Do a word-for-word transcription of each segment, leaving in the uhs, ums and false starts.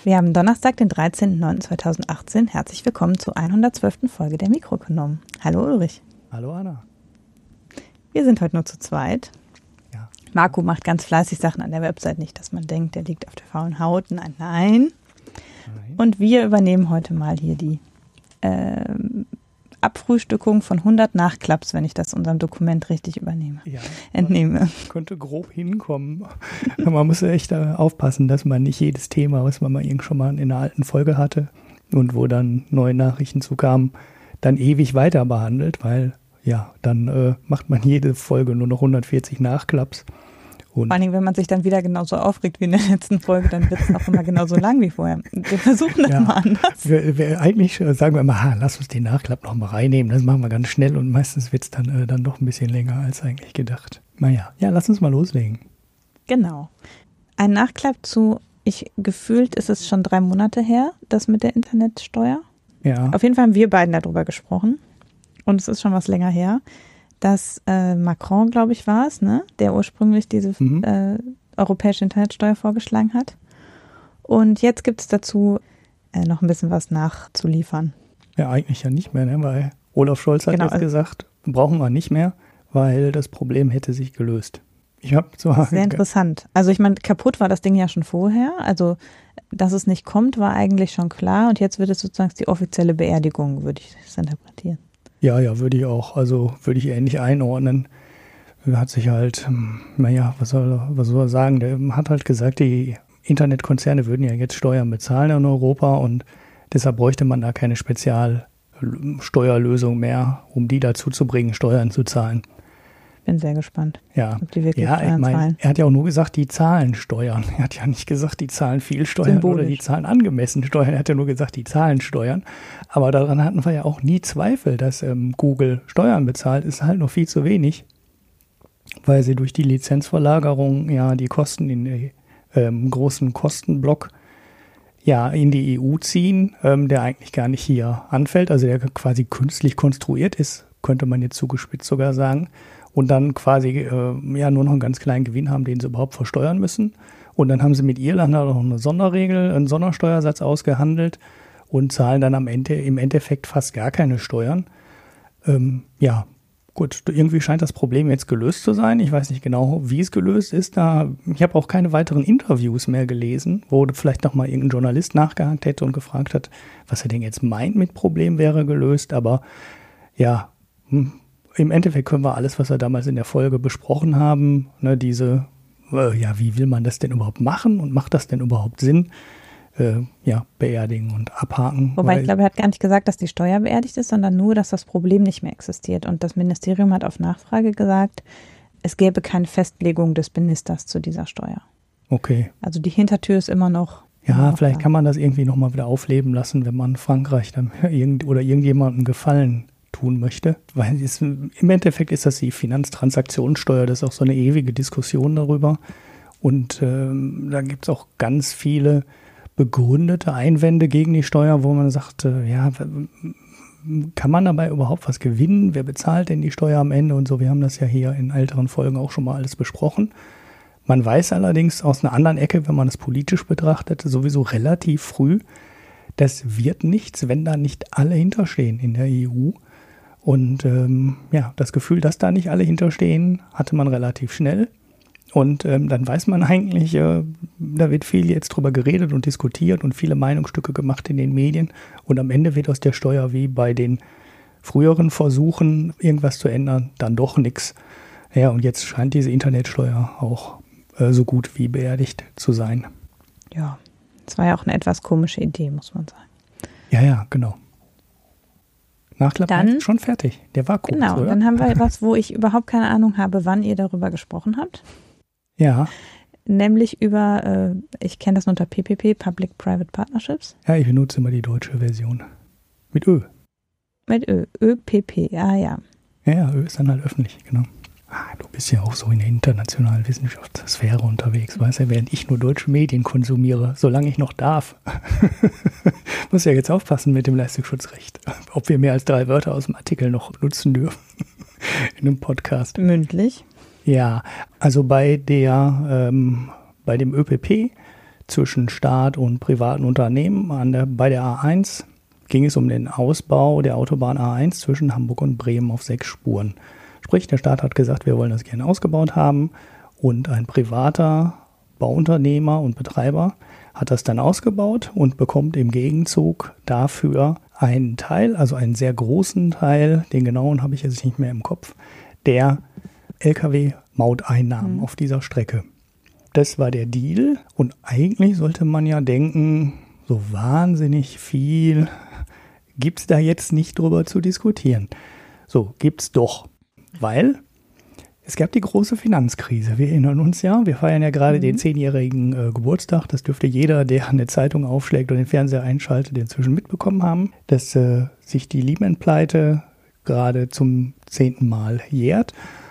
Wir haben Donnerstag, den dreizehnten neunten zweitausendachtzehn. Herzlich willkommen zur hundertzwölften Folge der Mikroökonomen. Hallo Ulrich. Hallo Anna. Wir sind heute nur zu zweit. Ja. Marco macht ganz fleißig Sachen an der Website, nicht, dass man denkt, der liegt auf der faulen Haut. Nein, nein. Nein. Und wir übernehmen heute mal hier die ähm, Abfrühstückung von hundert Nachklaps, wenn ich das unserem Dokument richtig übernehme, ja, entnehme. Könnte grob hinkommen. Man muss echt aufpassen, dass man nicht jedes Thema, was man mal irgend schon mal in einer alten Folge hatte und wo dann neue Nachrichten zukamen, dann ewig weiter behandelt, weil ja, dann äh, macht man jede Folge nur noch hundertvierzig Nachklaps. Und vor allem, wenn man sich dann wieder genauso aufregt wie in der letzten Folge, dann wird es auch immer genauso lang wie vorher. Wir versuchen das ja, mal anders. Wir, wir eigentlich sagen wir immer, ha, lass uns den Nachklapp noch mal reinnehmen. Das machen wir ganz schnell und meistens wird es dann, äh, dann doch ein bisschen länger als eigentlich gedacht. Naja, ja, lass uns mal loslegen. Genau. Ein Nachklapp zu, ich gefühlt ist es schon drei Monate her, das mit der Internetsteuer. Ja. Auf jeden Fall haben wir beiden darüber gesprochen und es ist schon was länger her. Dass äh, Macron, glaube ich, war es, ne, der ursprünglich diese mhm. äh, europäische Internetsteuer vorgeschlagen hat. Und jetzt gibt es dazu äh, noch ein bisschen was nachzuliefern. Ja, eigentlich ja nicht mehr, ne, weil Olaf Scholz hat genau, jetzt also gesagt, brauchen wir nicht mehr, weil das Problem hätte sich gelöst. Ich habe zwar sehr interessant. Also ich meine, kaputt war das Ding ja schon vorher. Also, dass es nicht kommt, war eigentlich schon klar. Und jetzt wird es sozusagen die offizielle Beerdigung, würde ich das interpretieren. Ja, ja, würde ich auch. Also würde ich ähnlich einordnen. Er hat sich halt, naja, was soll er, was soll er sagen? Der hat halt gesagt, die Internetkonzerne würden ja jetzt Steuern bezahlen in Europa und deshalb bräuchte man da keine Spezialsteuerlösung mehr, um die dazu zu bringen, Steuern zu zahlen. Bin sehr gespannt. Ja, ob die wirklich ja Steuern ich mein, zahlen. Er hat ja auch nur gesagt, die zahlen Steuern. Er hat ja nicht gesagt, die zahlen viel Steuern Symbolisch. Oder die zahlen angemessen Steuern. Er hat ja nur gesagt, die zahlen Steuern. Aber daran hatten wir ja auch nie Zweifel, dass ähm, Google Steuern bezahlt. Ist halt noch viel zu wenig, weil sie durch die Lizenzverlagerung ja die Kosten in den ähm, großen Kostenblock ja in die E U ziehen, ähm, der eigentlich gar nicht hier anfällt, also der quasi künstlich konstruiert ist, könnte man jetzt zugespitzt sogar sagen. Und dann quasi äh, ja nur noch einen ganz kleinen Gewinn haben, den sie überhaupt versteuern müssen. Und dann haben sie mit Irland noch eine Sonderregel, einen Sondersteuersatz ausgehandelt und zahlen dann am Ende im Endeffekt fast gar keine Steuern. Ähm, ja, gut, irgendwie scheint das Problem jetzt gelöst zu sein. Ich weiß nicht genau, wie es gelöst ist. Da, ich habe auch keine weiteren Interviews mehr gelesen, wo vielleicht nochmal irgendein Journalist nachgehakt hätte und gefragt hat, was er denn jetzt meint mit Problem wäre gelöst. Aber ja, hm, im Endeffekt können wir alles, was wir damals in der Folge besprochen haben, ne, diese, äh, ja, wie will man das denn überhaupt machen und macht das denn überhaupt Sinn? Äh, ja, beerdigen und abhaken. Wobei ich glaube, er hat gar nicht gesagt, dass die Steuer beerdigt ist, sondern nur, dass das Problem nicht mehr existiert. Und das Ministerium hat auf Nachfrage gesagt, es gäbe keine Festlegung des Ministers zu dieser Steuer. Okay. Also die Hintertür ist immer noch. Ja, immer noch vielleicht da. kann man das irgendwie nochmal wieder aufleben lassen, wenn man Frankreich dann irgend oder irgendjemandem Gefallen tun möchte, weil es, im Endeffekt ist das die Finanztransaktionssteuer, das ist auch so eine ewige Diskussion darüber und ähm, da gibt es auch ganz viele begründete Einwände gegen die Steuer, wo man sagt, äh, ja, kann man dabei überhaupt was gewinnen, wer bezahlt denn die Steuer am Ende und so, wir haben das ja hier in älteren Folgen auch schon mal alles besprochen. Man weiß allerdings aus einer anderen Ecke, wenn man es politisch betrachtet, sowieso relativ früh, das wird nichts, wenn da nicht alle hinterstehen in der E U. Und ähm, ja, das Gefühl, dass da nicht alle hinterstehen, hatte man relativ schnell. Und ähm, dann weiß man eigentlich, äh, da wird viel jetzt drüber geredet und diskutiert und viele Meinungsstücke gemacht in den Medien. Und am Ende wird aus der Steuer wie bei den früheren Versuchen, irgendwas zu ändern, dann doch nichts. Ja, und jetzt scheint diese Internetsteuer auch äh, so gut wie beerdigt zu sein. Ja, das war ja auch eine etwas komische Idee, muss man sagen. Ja, ja, genau. Nachklapp Dann, ist schon fertig. Der war kurz, genau, oder? Dann haben wir was, wo ich überhaupt keine Ahnung habe, wann ihr darüber gesprochen habt. Ja. Nämlich über, äh, ich kenne das nur unter P P P, Public-Private Partnerships. Ja, ich benutze immer die deutsche Version. Mit Ö. Mit Ö, Ö P P, ah ja. Ja, ja, Ö ist dann halt öffentlich, genau. Ah, du bist ja auch so in der internationalen Wissenschaftssphäre unterwegs, weißt du, während ich nur deutsche Medien konsumiere, solange ich noch darf. Muss ja jetzt aufpassen mit dem Leistungsschutzrecht, ob wir mehr als drei Wörter aus dem Artikel noch nutzen dürfen in einem Podcast. Mündlich? Ja, also bei der, ähm, bei dem Ö P P, zwischen Staat und privaten Unternehmen. An der, bei der A eins ging es um den Ausbau der Autobahn A eins zwischen Hamburg und Bremen auf sechs Spuren. Sprich, der Staat hat gesagt, wir wollen das gerne ausgebaut haben und ein privater Bauunternehmer und Betreiber hat das dann ausgebaut und bekommt im Gegenzug dafür einen Teil, also einen sehr großen Teil, den genauen habe ich jetzt nicht mehr im Kopf, der L K W-Mauteinnahmen mhm. auf dieser Strecke. Das war der Deal und eigentlich sollte man ja denken, so wahnsinnig viel gibt es da jetzt nicht drüber zu diskutieren. So, gibt's doch, weil es gab die große Finanzkrise. Wir erinnern uns ja, wir feiern ja gerade mhm. den zehnjährigen äh, Geburtstag. Das dürfte jeder, der eine Zeitung aufschlägt oder den Fernseher einschaltet, inzwischen mitbekommen haben, dass äh, sich die Lehman-Pleite gerade zum zehnten Mal jährt.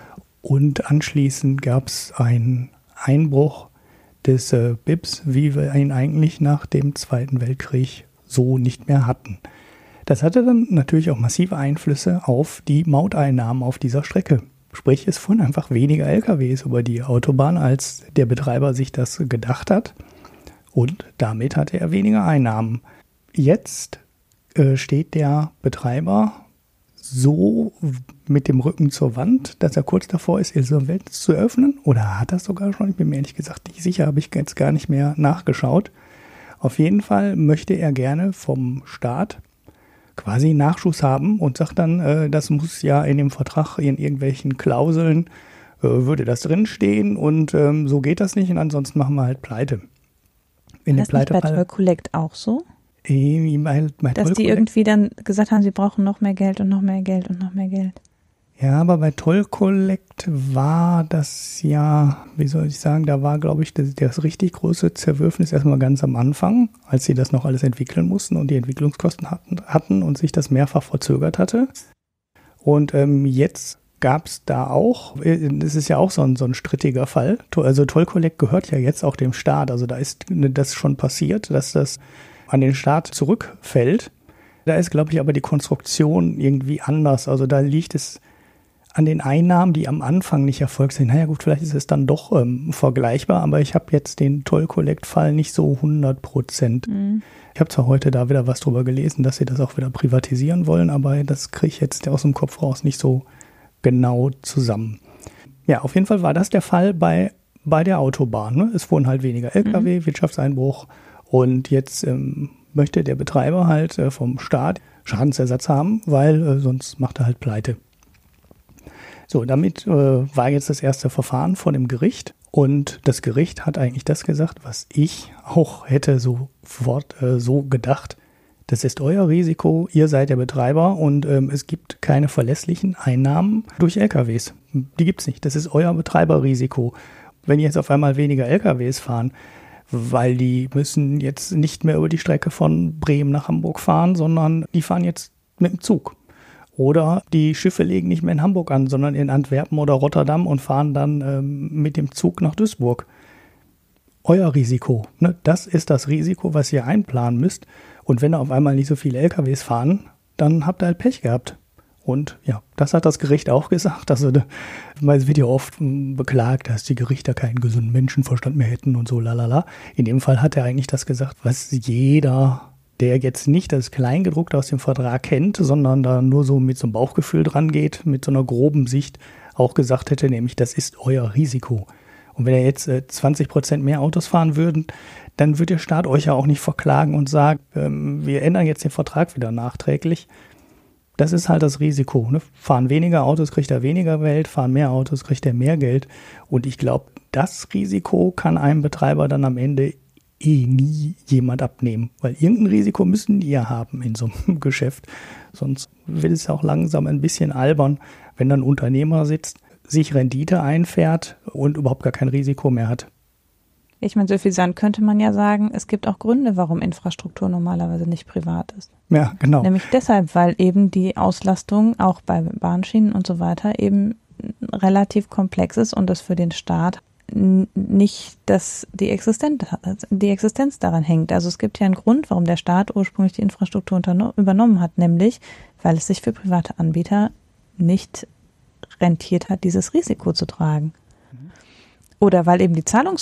Und anschließend gab es einen Einbruch des äh, B I Ps, wie wir ihn eigentlich nach dem Zweiten Weltkrieg so nicht mehr hatten. Das hatte dann natürlich auch massive Einflüsse auf die Mauteinnahmen auf dieser Strecke. Sprich, es fuhren einfach weniger L K Ws über die Autobahn, als der Betreiber sich das gedacht hat. Und damit hatte er weniger Einnahmen. Jetzt äh, steht der Betreiber so mit dem Rücken zur Wand, dass er kurz davor ist, Insolvenz zu eröffnen. Oder hat er es sogar schon? Ich bin mir ehrlich gesagt nicht sicher, habe ich jetzt gar nicht mehr nachgeschaut. Auf jeden Fall möchte er gerne vom Staat quasi Nachschuss haben und sagt dann, äh, das muss ja in dem Vertrag in irgendwelchen Klauseln, äh, würde das drinstehen und ähm, so geht das nicht und ansonsten machen wir halt Pleite. In das ist bei Toll Collect auch so? Äh, bei, bei Dass die irgendwie dann gesagt haben, sie brauchen noch mehr Geld und noch mehr Geld und noch mehr Geld. Ja, aber bei Toll Collect war das ja, wie soll ich sagen, da war, glaube ich, das, das richtig große Zerwürfnis erstmal ganz am Anfang, als sie das noch alles entwickeln mussten und die Entwicklungskosten hatten, hatten und sich das mehrfach verzögert hatte. Und ähm, jetzt gab es da auch, das ist ja auch so ein, so ein strittiger Fall, also Toll Collect gehört ja jetzt auch dem Staat, also da ist das schon passiert, dass das an den Staat zurückfällt. Da ist, glaube ich, aber die Konstruktion irgendwie anders, also da liegt es an den Einnahmen, die am Anfang nicht erfolgt sind. Naja gut, vielleicht ist es dann doch ähm, vergleichbar, aber ich habe jetzt den Toll Collect-Fall nicht so hundert Prozent. Mhm. Ich habe zwar heute da wieder was drüber gelesen, dass sie das auch wieder privatisieren wollen, aber das kriege ich jetzt aus dem Kopf raus nicht so genau zusammen. Ja, auf jeden Fall war das der Fall bei, bei der Autobahn. Ne? Es fuhren halt weniger L K W, mhm. Wirtschaftseinbruch und jetzt ähm, möchte der Betreiber halt äh, vom Staat Schadensersatz haben, weil äh, sonst macht er halt Pleite. So, damit äh, war jetzt das erste Verfahren vor dem Gericht und das Gericht hat eigentlich das gesagt, was ich auch hätte sofort äh, so gedacht. Das ist euer Risiko, ihr seid der Betreiber und ähm, es gibt keine verlässlichen Einnahmen durch L K Ws. Die gibt's nicht, das ist euer Betreiberrisiko. Wenn jetzt auf einmal weniger L K Ws fahren, weil die müssen jetzt nicht mehr über die Strecke von Bremen nach Hamburg fahren, sondern die fahren jetzt mit dem Zug. Oder die Schiffe legen nicht mehr in Hamburg an, sondern in Antwerpen oder Rotterdam und fahren dann ähm, mit dem Zug nach Duisburg. Euer Risiko, ne? Das ist das Risiko, was ihr einplanen müsst. Und wenn da auf einmal nicht so viele L K Ws fahren, dann habt ihr halt Pech gehabt. Und ja, das hat das Gericht auch gesagt. Also, weil es wird ja oft beklagt, dass die Gerichte keinen gesunden Menschenverstand mehr hätten und so, lalala. In dem Fall hat er eigentlich das gesagt, was jeder, der jetzt nicht das Kleingedruckte aus dem Vertrag kennt, sondern da nur so mit so einem Bauchgefühl dran geht, mit so einer groben Sicht auch gesagt hätte, nämlich das ist euer Risiko. Und wenn ihr jetzt äh, zwanzig Prozent mehr Autos fahren würden, dann wird der Staat euch ja auch nicht verklagen und sagen, ähm, wir ändern jetzt den Vertrag wieder nachträglich. Das ist halt das Risiko. Ne? Fahren weniger Autos, kriegt er weniger Geld, fahren mehr Autos, kriegt er mehr Geld. Und ich glaube, das Risiko kann einem Betreiber dann am Ende eh nie jemand abnehmen, weil irgendein Risiko müssen die ja haben in so einem Geschäft. Sonst wird es auch langsam ein bisschen albern, wenn dann ein Unternehmer sitzt, sich Rendite einfährt und überhaupt gar kein Risiko mehr hat. Ich meine, so viel sein könnte man ja sagen, es gibt auch Gründe, warum Infrastruktur normalerweise nicht privat ist. Ja, genau. Nämlich deshalb, weil eben die Auslastung auch bei Bahnschienen und so weiter eben relativ komplex ist und das für den Staat nicht, dass die Existenz, die Existenz daran hängt. Also es gibt ja einen Grund, warum der Staat ursprünglich die Infrastruktur übernommen hat, nämlich weil es sich für private Anbieter nicht rentiert hat, dieses Risiko zu tragen. Oder weil eben die Zahlungs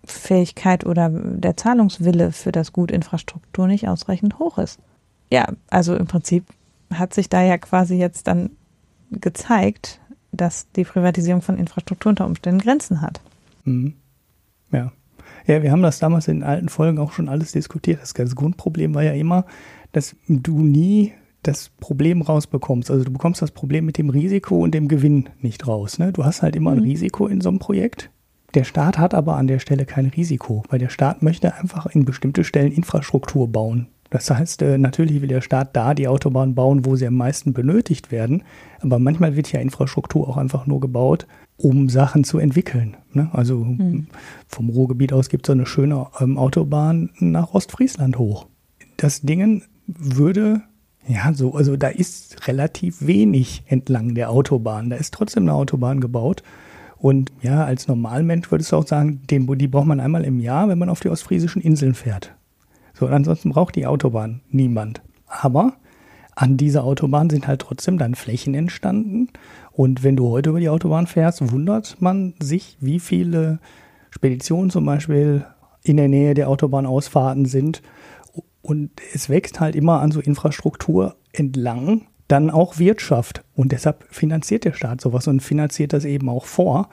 Zahlungsfähigkeit oder der Zahlungswille für das Gut Infrastruktur nicht ausreichend hoch ist. Ja, also im Prinzip hat sich da ja quasi jetzt dann gezeigt, dass die Privatisierung von Infrastruktur unter Umständen Grenzen hat. Mhm. Ja. Ja, wir haben das damals in den alten Folgen auch schon alles diskutiert. Das ganze Grundproblem war ja immer, dass du nie das Problem rausbekommst. Also du bekommst das Problem mit dem Risiko und dem Gewinn nicht raus. Ne? Du hast halt immer ein Mhm. Risiko in so einem Projekt. Der Staat hat aber an der Stelle kein Risiko, weil der Staat möchte einfach in bestimmte Stellen Infrastruktur bauen. Das heißt, natürlich will der Staat da die Autobahn bauen, wo sie am meisten benötigt werden. Aber manchmal wird ja Infrastruktur auch einfach nur gebaut, um Sachen zu entwickeln. Ne? Also mhm. vom Ruhrgebiet aus gibt es so eine schöne ähm, Autobahn nach Ostfriesland hoch. Das Ding würde, ja, so, also da ist relativ wenig entlang der Autobahn. Da ist trotzdem eine Autobahn gebaut. Und ja, als Normalmensch würdest du auch sagen, den, die braucht man einmal im Jahr, wenn man auf die ostfriesischen Inseln fährt. So, ansonsten braucht die Autobahn niemand. Aber an dieser Autobahn sind halt trotzdem dann Flächen entstanden. Und wenn du heute über die Autobahn fährst, wundert man sich, wie viele Speditionen zum Beispiel in der Nähe der Autobahnausfahrten sind. Und es wächst halt immer an so Infrastruktur entlang dann auch Wirtschaft. Und deshalb finanziert der Staat sowas und finanziert das eben auch vor.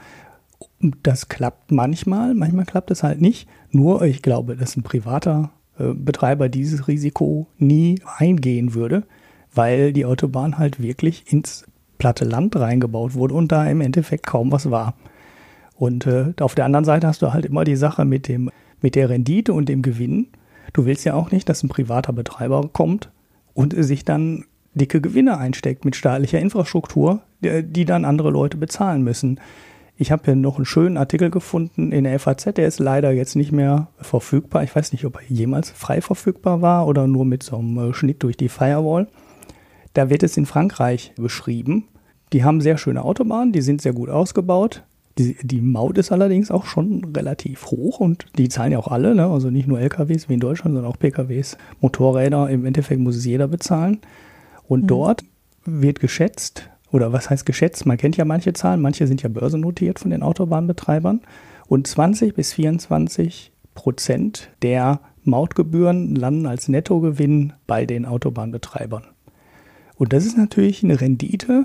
Das klappt manchmal, manchmal klappt es halt nicht. Nur ich glaube, dass ein privater äh, Betreiber dieses Risiko nie eingehen würde, weil die Autobahn halt wirklich ins platte Land reingebaut wurde und da im Endeffekt kaum was war. Und äh, auf der anderen Seite hast du halt immer die Sache mit dem, mit der Rendite und dem Gewinn. Du willst ja auch nicht, dass ein privater Betreiber kommt und sich dann dicke Gewinne einsteckt mit staatlicher Infrastruktur, die, die dann andere Leute bezahlen müssen. Ich habe hier noch einen schönen Artikel gefunden in der F A Z, der ist leider jetzt nicht mehr verfügbar. Ich weiß nicht, ob er jemals frei verfügbar war oder nur mit so einem Schnitt durch die Firewall. Da wird es in Frankreich beschrieben. Die haben sehr schöne Autobahnen, die sind sehr gut ausgebaut. Die, die Maut ist allerdings auch schon relativ hoch und die zahlen ja auch alle, ne? Also nicht nur L K Ws wie in Deutschland, sondern auch P K Ws, Motorräder. Im Endeffekt muss es jeder bezahlen. Und mhm. dort wird geschätzt, oder was heißt geschätzt? Man kennt ja manche Zahlen, manche sind ja börsennotiert von den Autobahnbetreibern. Und zwanzig bis vierundzwanzig Prozent der Mautgebühren landen als Nettogewinn bei den Autobahnbetreibern. Und das ist natürlich eine Rendite,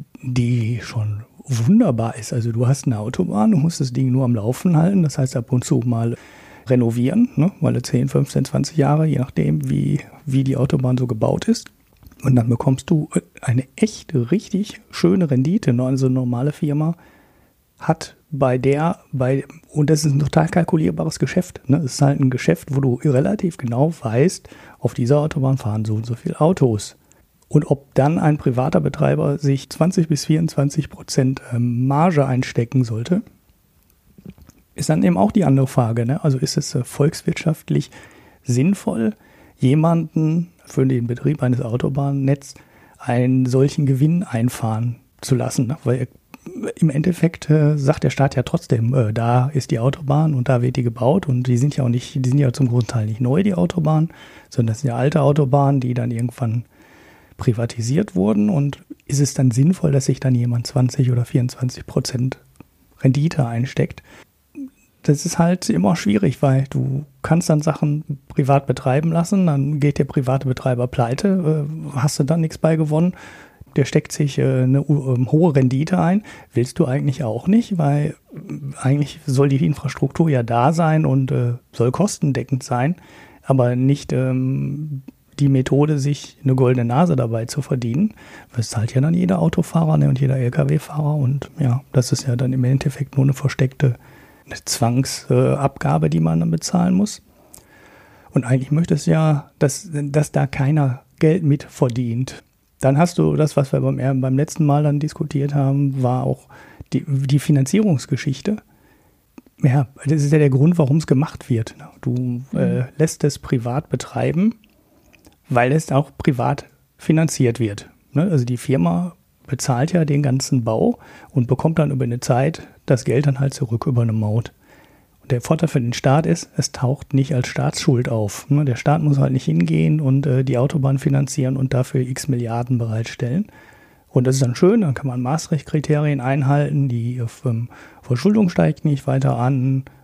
die schon wunderbar ist. Also du hast eine Autobahn, du musst das Ding nur am Laufen halten, das heißt ab und zu mal renovieren, ne? Weil du zehn, fünfzehn, zwanzig Jahre, je nachdem, wie, wie die Autobahn so gebaut ist. Und dann bekommst du eine echt richtig schöne Rendite. Also eine normale Firma hat bei der, bei und das ist ein total kalkulierbares Geschäft. Ne? Es ist halt ein Geschäft, wo du relativ genau weißt, auf dieser Autobahn fahren so und so viele Autos. Und ob dann ein privater Betreiber sich zwanzig bis vierundzwanzig Prozent Marge einstecken sollte, ist dann eben auch die andere Frage. Ne? Also ist es volkswirtschaftlich sinnvoll, jemanden für den Betrieb eines Autobahnnetzes einen solchen Gewinn einfahren zu lassen? Ne? Weil im Endeffekt äh, sagt der Staat ja trotzdem, äh, da ist die Autobahn und da wird die gebaut und die sind ja auch nicht, die sind ja zum Großteil nicht neu, die Autobahnen, sondern das sind ja alte Autobahnen, die dann irgendwann privatisiert wurden. Und ist es dann sinnvoll, dass sich dann jemand zwanzig oder vierundzwanzig Prozent Rendite einsteckt? Das ist halt immer schwierig, weil du kannst dann Sachen privat betreiben lassen, dann geht der private Betreiber pleite, äh, hast du dann nichts bei gewonnen. Der steckt sich äh, eine uh, hohe Rendite ein, willst du eigentlich auch nicht, weil eigentlich soll die Infrastruktur ja da sein und äh, soll kostendeckend sein, aber nicht ähm, die Methode, sich eine goldene Nase dabei zu verdienen. Das zahlt ja dann jeder Autofahrer, ne, und jeder L K W-Fahrer und ja, das ist ja dann im Endeffekt nur eine versteckte eine Zwangsabgabe, äh, die man dann bezahlen muss. Und eigentlich möchtest du ja, dass, dass da keiner Geld mit verdient. Dann hast du das, was wir beim, beim letzten Mal dann diskutiert haben, war auch die, die Finanzierungsgeschichte. Ja, das ist ja der Grund, warum es gemacht wird. Du mhm. äh, lässt es privat betreiben, weil es auch privat finanziert wird. Ne? Also die Firma bezahlt ja den ganzen Bau und bekommt dann über eine Zeit das Geld dann halt zurück über eine Maut. Und der Vorteil für den Staat ist, es taucht nicht als Staatsschuld auf. Ne? Der Staat muss halt nicht hingehen und äh, die Autobahn finanzieren und dafür x Milliarden bereitstellen. Und das ist dann schön, dann kann man Maastricht-Kriterien einhalten, die ähm, Verschuldung steigt nicht weiter an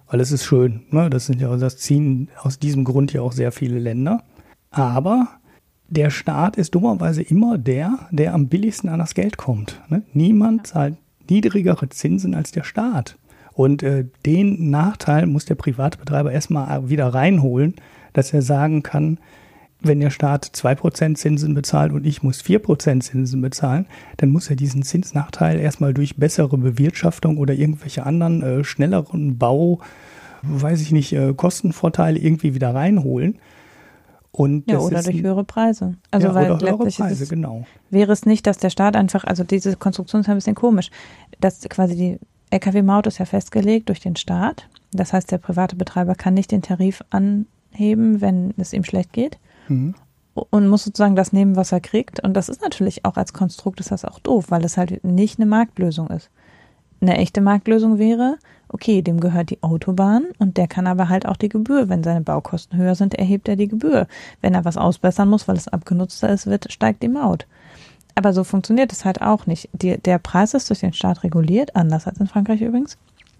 weil es ist schön. Ne? Das sind ja, das ziehen aus diesem Grund ja auch sehr viele Länder. Aber der Staat ist dummerweise immer der, der am billigsten an das Geld kommt. Ne? Niemand zahlt niedrigere Zinsen als der Staat. Und äh, den Nachteil muss der Privatbetreiber erstmal wieder reinholen, dass er sagen kann, wenn der Staat zwei Prozent Zinsen bezahlt und ich muss vier Prozent Zinsen bezahlen, dann muss er diesen Zinsnachteil erstmal durch bessere Bewirtschaftung oder irgendwelche anderen äh, schnelleren Bau, weiß ich nicht, äh, Kostenvorteile irgendwie wieder reinholen. Und ja, oder durch ein, höhere Preise. Also ja, weil oder höhere letztlich Preise, es, genau. wäre es nicht, dass der Staat einfach, also diese Konstruktion ist ein bisschen komisch, dass quasi die L K W-Maut ist ja festgelegt durch den Staat. Das heißt, der private Betreiber kann nicht den Tarif anheben, wenn es ihm schlecht geht. Mhm. Und muss sozusagen das nehmen, was er kriegt. Und das ist natürlich auch als Konstrukt ist das auch doof, weil es halt nicht eine Marktlösung ist. Eine echte Marktlösung wäre, okay, dem gehört die Autobahn und der kann aber halt auch die Gebühr, wenn seine Baukosten höher sind, erhebt er die Gebühr. Wenn er was ausbessern muss, weil es abgenutzter ist, wird, steigt die Maut. Aber so funktioniert es halt auch nicht. Die, der Preis ist durch den Staat reguliert, anders als in Frankreich übrigens.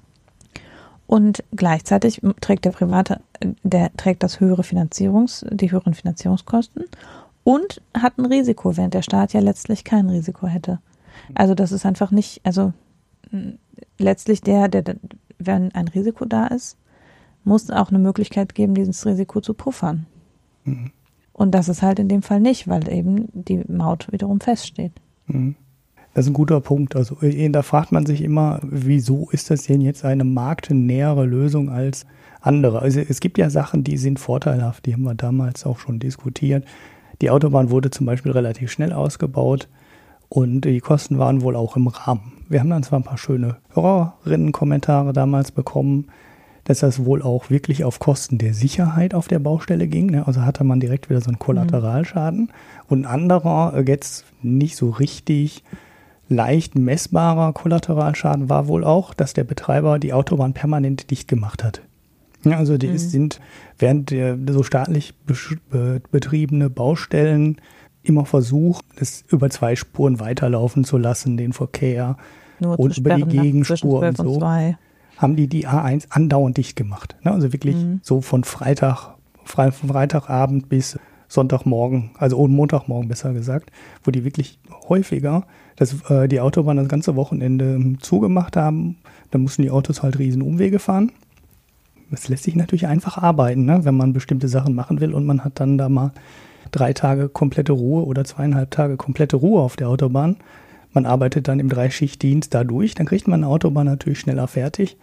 Und gleichzeitig trägt der Private, der trägt das höhere Finanzierungs, die höheren Finanzierungskosten und hat ein Risiko, während der Staat ja letztlich kein Risiko hätte. Also das ist einfach nicht, also letztlich der, der, wenn ein Risiko da ist, muss es auch eine Möglichkeit geben, dieses Risiko zu puffern. Mhm. Und das ist halt in dem Fall nicht, weil eben die Maut wiederum feststeht. Mhm. Das ist ein guter Punkt. Also da fragt man sich immer, wieso ist das denn jetzt eine marktnähere Lösung als andere? Also es gibt ja Sachen, die sind vorteilhaft, die haben wir damals auch schon diskutiert. Die Autobahn wurde zum Beispiel relativ schnell ausgebaut und die Kosten waren wohl auch im Rahmen. Wir haben dann zwar ein paar schöne Hörerinnen-Kommentare damals bekommen, dass das wohl auch wirklich auf Kosten der Sicherheit auf der Baustelle ging. Also hatte man direkt wieder so einen Kollateralschaden. Mhm. Und ein anderer, jetzt nicht so richtig leicht messbarer Kollateralschaden war wohl auch, dass der Betreiber die Autobahn permanent dicht gemacht hat. Ja, also die mhm. sind während der so staatlich be- betriebene Baustellen immer versucht, es über zwei Spuren weiterlaufen zu lassen, den Verkehr Nur und über die Gegenspur und so, und haben die die A eins andauernd dicht gemacht. Ja, also wirklich mhm. so von Freitag, Fre- von Freitagabend bis Sonntagmorgen, also oh, Montagmorgen besser gesagt, wo die wirklich häufiger dass, äh, die Autobahn das ganze Wochenende zugemacht haben. Dann mussten die Autos halt riesen Umwege fahren. Das lässt sich natürlich einfach arbeiten, ne? Wenn man bestimmte Sachen machen will und man hat dann da mal drei Tage komplette Ruhe oder zweieinhalb Tage komplette Ruhe auf der Autobahn. Man arbeitet dann im Dreischichtdienst da durch, dann kriegt man eine Autobahn natürlich schneller fertig.